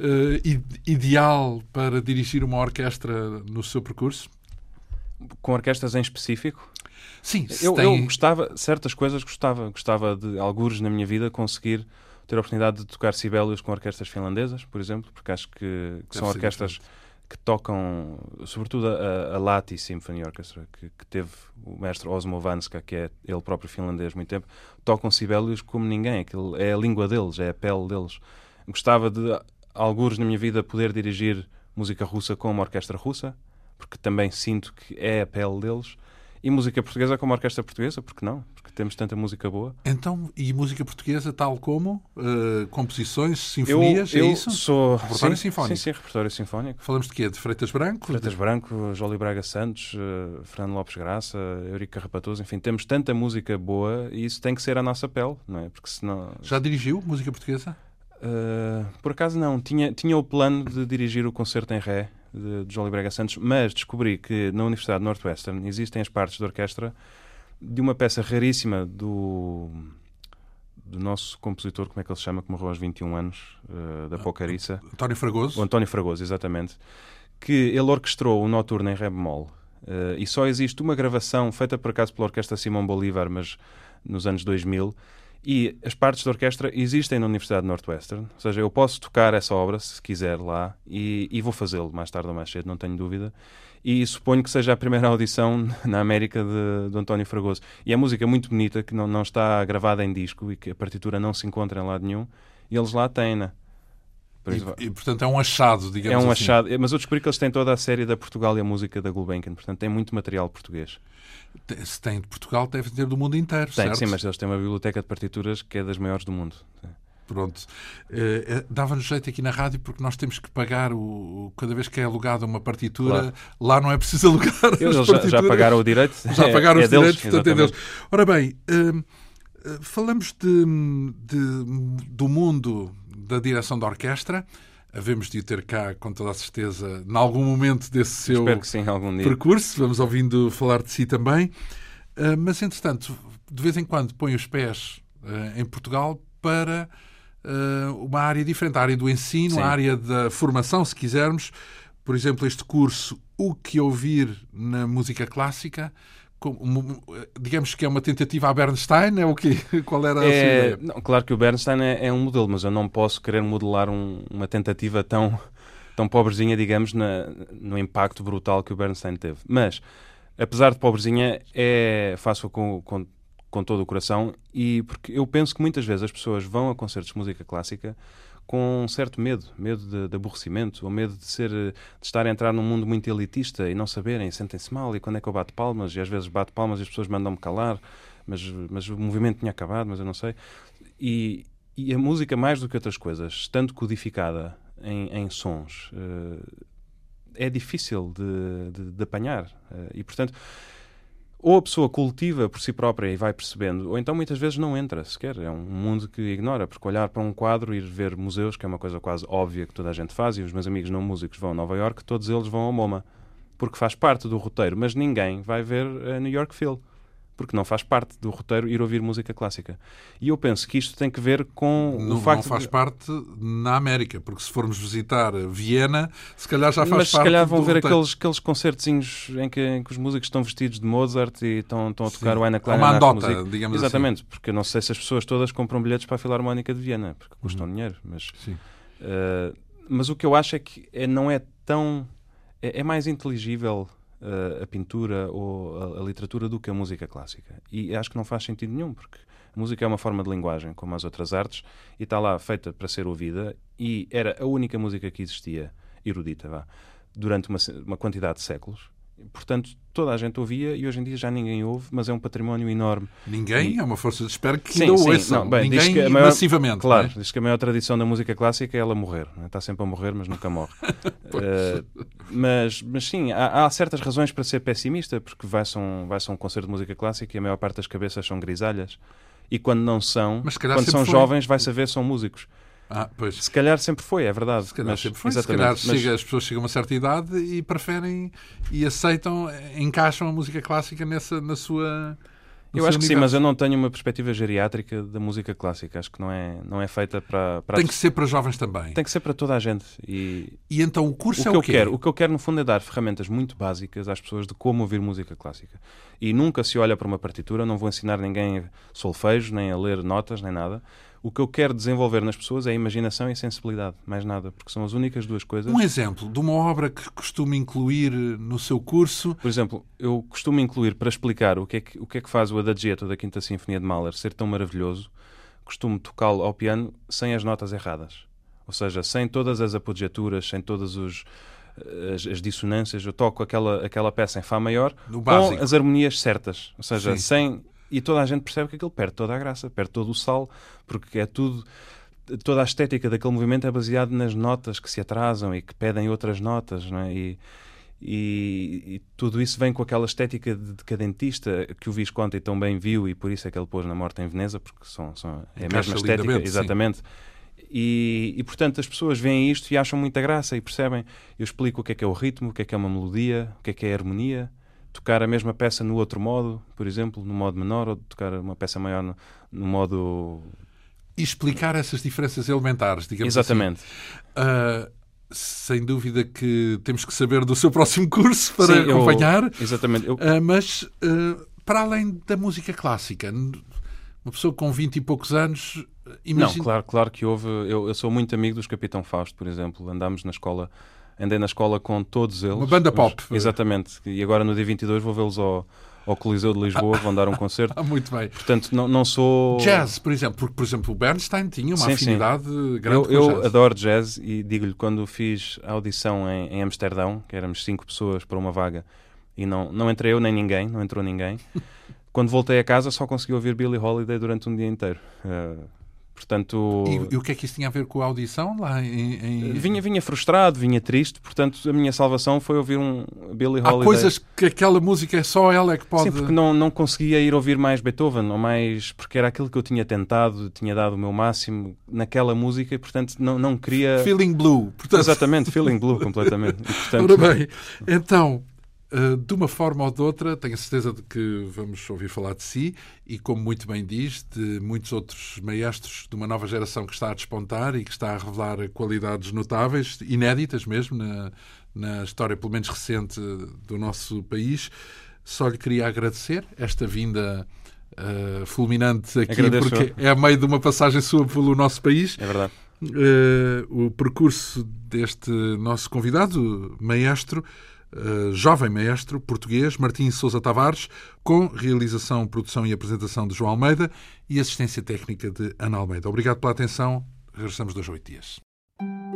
ideal para dirigir uma orquestra no seu percurso? Com orquestras em específico? Sim, eu gostava, certas coisas gostava de, algures na minha vida, conseguir ter a oportunidade de tocar Sibelius com orquestras finlandesas, por exemplo, porque acho que são orquestras que tocam, sobretudo a Lahti Symphony Orchestra, que teve o mestre Osmo Vanska, que é ele próprio finlandês muito tempo, tocam Sibelius como ninguém, aquilo é a língua deles, é a pele deles. Gostava de, algures na minha vida, poder dirigir música russa com uma orquestra russa, porque também sinto que é a pele deles. E música portuguesa com uma orquestra portuguesa, porque não? Porque temos tanta música boa. Então, e música portuguesa tal como? Composições, sinfonias, é isso? Repertório sinfónico. Sim, repertório sinfónico. Falamos de quê? De Freitas Branco? Freitas Branco, Jólio Braga Santos, Fernando Lopes Graça, Eurico Carrapatoso, enfim, temos tanta música boa e isso tem que ser a nossa pele, não é? Porque senão... Já dirigiu música portuguesa? Por acaso não. Tinha o plano de dirigir o concerto em Ré de Jólio Braga Santos, mas descobri que na Universidade Northwestern existem as partes de orquestra de uma peça raríssima do nosso compositor, como é que ele se chama, que morreu aos 21 anos, da Poucariça. António Fragoso. O António Fragoso, exatamente. Que ele orquestrou o Noturno em Ré bemol. E só existe uma gravação, feita por acaso pela Orquestra Simão Bolívar, mas nos anos 2000, e as partes de orquestra existem na Universidade de Northwestern, ou seja, eu posso tocar essa obra, se quiser, lá, e vou fazê-lo mais tarde ou mais cedo, não tenho dúvida. E suponho que seja a primeira audição na América do António Fragoso. E é música muito bonita, que não está gravada em disco e que a partitura não se encontra em lado nenhum, e eles lá têm-na. E, portanto, é um achado, digamos assim. É um achado, mas eu descobri que eles têm toda a série da Portugal e a música da Gulbenkian, portanto tem muito material português. Se tem de Portugal, deve ter do mundo inteiro, certo? Sim, mas eles têm uma biblioteca de partituras que é das maiores do mundo. Pronto. Dava-nos jeito aqui na rádio porque nós temos que pagar cada vez que é alugada uma partitura, claro. Lá não é preciso alugar as partituras. Já pagaram o direito. Já pagaram os direitos, deles, portanto é deles. Ora bem, falamos do mundo da direção da orquestra. Havemos de o ter cá, com toda a certeza, em algum momento desse seu percurso. Vamos ouvindo falar de si também. Mas, entretanto, de vez em quando põe os pés em Portugal para uma área diferente, a área do ensino, a área da formação, se quisermos. Por exemplo, este curso, O que ouvir na música clássica, digamos que é uma tentativa a Bernstein, é o quê? Qual era a sua ideia? Não, claro que o Bernstein é um modelo, mas eu não posso querer modelar uma tentativa tão pobrezinha, digamos, no impacto brutal que o Bernstein teve. Mas, apesar de pobrezinha, faço com todo o coração, e porque eu penso que muitas vezes as pessoas vão a concertos de música clássica com um certo medo de aborrecimento, ou medo de estar a entrar num mundo muito elitista e não saberem, sentem-se mal, e quando é que eu bato palmas, e às vezes bato palmas e as pessoas mandam-me calar, mas o movimento tinha acabado, mas eu não sei. E a música, mais do que outras coisas, estando codificada em sons, é difícil de apanhar, e portanto... Ou a pessoa cultiva por si própria e vai percebendo, ou então muitas vezes não entra sequer. É um mundo que ignora, porque olhar para um quadro e ir ver museus, que é uma coisa quase óbvia que toda a gente faz, e os meus amigos não músicos vão a Nova Iorque, todos eles vão ao MoMA, porque faz parte do roteiro, mas ninguém vai ver a New York Phil, porque não faz parte do roteiro ir ouvir música clássica. E eu penso que isto tem que ver com o facto... Não faz parte na América, porque se formos visitar Viena, se calhar já faz parte. Mas se calhar vão ver aqueles concertezinhos em que os músicos estão vestidos de Mozart e estão a tocar o Ana Klein. Uma andota, digamos Exatamente, assim. Porque eu não sei se as pessoas todas compram bilhetes para a Filarmónica de Viena, porque custam dinheiro. Mas o que eu acho é que não é tão... É mais inteligível... a pintura ou a literatura do que a música clássica. E acho que não faz sentido nenhum, porque A música é uma forma de linguagem, como as outras artes, e está lá feita para ser ouvida, e era a única música que existia, erudita, durante uma quantidade de séculos. Portanto, toda a gente ouvia e hoje em dia já ninguém ouve, mas é um património enorme. Ninguém? É uma força de espera que sim, ainda sim. ouçam. Não, bem, ninguém massivamente. Claro, não é? diz que a maior tradição da música clássica é ela morrer. Não é? Está sempre a morrer, mas nunca morre. Mas sim, há certas razões para ser pessimista, porque vai-se a um concerto de música clássica e a maior parte das cabeças são grisalhas. E quando não são, quando são jovens, vai saber, são músicos. Pois. Se calhar sempre foi, é verdade. Se calhar sempre foi. Exatamente. Se calhar as pessoas chegam a uma certa idade e preferem e aceitam, encaixam a música clássica na sua... Eu acho que sim, mas eu não tenho uma perspectiva geriátrica da música clássica. Acho que não é feita para... Tem que ser para jovens também. Tem que ser para toda a gente. E então o curso o que eu quero, no fundo, é dar ferramentas muito básicas às pessoas de como ouvir música clássica. E nunca se olha para uma partitura, não vou ensinar ninguém solfejo, nem a ler notas, nem nada. O que eu quero desenvolver nas pessoas é a imaginação e a sensibilidade, mais nada, porque são as únicas duas coisas. Um exemplo de uma obra que costuma incluir no seu curso... Por exemplo, eu costumo incluir, para explicar o que é que faz o Adagietto da Quinta Sinfonia de Mahler ser tão maravilhoso, costumo tocá-lo ao piano sem as notas erradas. Ou seja, sem todas as apogiaturas, sem todas as dissonâncias. Eu toco aquela peça em Fá maior com as harmonias certas. Ou seja, sem... E toda a gente percebe que aquilo perde toda a graça, perde todo o sal, porque é tudo... Toda a estética daquele movimento é baseada nas notas que se atrasam e que pedem outras notas, não é? E tudo isso vem com aquela estética de decadentista que o Visconti tão bem viu, e por isso é que ele pôs Na Morte em Veneza, porque é a mesma estética, exatamente. E portanto as pessoas veem isto e acham muita graça e percebem. Eu explico o que é o ritmo, o que é uma melodia, o que é a harmonia. Tocar a mesma peça no outro modo, por exemplo, no modo menor, ou tocar uma peça maior no modo... E explicar essas diferenças elementares, digamos exatamente. Assim. Sem dúvida que temos que saber do seu próximo curso para acompanhar. Exatamente. Mas, para além da música clássica, uma pessoa com 20 e poucos anos... Não, claro que houve... Eu sou muito amigo dos Capitão Fausto, por exemplo. Andei na escola com todos eles. Uma banda pop. Exatamente. E agora no dia 22 vou vê-los ao Coliseu de Lisboa, vão dar um concerto. Muito bem. Portanto, não sou... Jazz, por exemplo. Porque, por exemplo, o Bernstein tinha uma afinidade grande com eu jazz. Adoro jazz e digo-lhe, quando fiz a audição em Amsterdão, que éramos 5 pessoas para uma vaga, e não entrei eu nem ninguém, não entrou ninguém. Quando voltei a casa só consegui ouvir Billie Holiday durante um dia inteiro. Portanto... E o que é que isso tinha a ver com a audição lá Vinha frustrado, vinha triste, portanto a minha salvação foi ouvir um Billie Holiday. Há coisas que aquela música só ela é que pode... Sim, porque não conseguia ir ouvir mais Beethoven, ou mais... porque era aquilo que eu tinha tentado, tinha dado o meu máximo naquela música e portanto não queria... Feeling blue. Portanto... Exatamente, feeling blue completamente. E, portanto... Ora bem, então... de uma forma ou de outra, tenho a certeza de que vamos ouvir falar de si e, como muito bem diz, de muitos outros maestros de uma nova geração que está a despontar e que está a revelar qualidades notáveis, inéditas mesmo, na história, pelo menos recente, do nosso país. Só lhe queria agradecer esta vinda fulminante aqui, agradeço. Porque é a meio de uma passagem sua pelo nosso país. É verdade. O percurso deste nosso convidado, maestro, jovem maestro português, Martim Sousa Tavares, com realização, produção e apresentação de João Almeida e assistência técnica de Ana Almeida. Obrigado pela atenção. Regressamos 2 a 8 dias.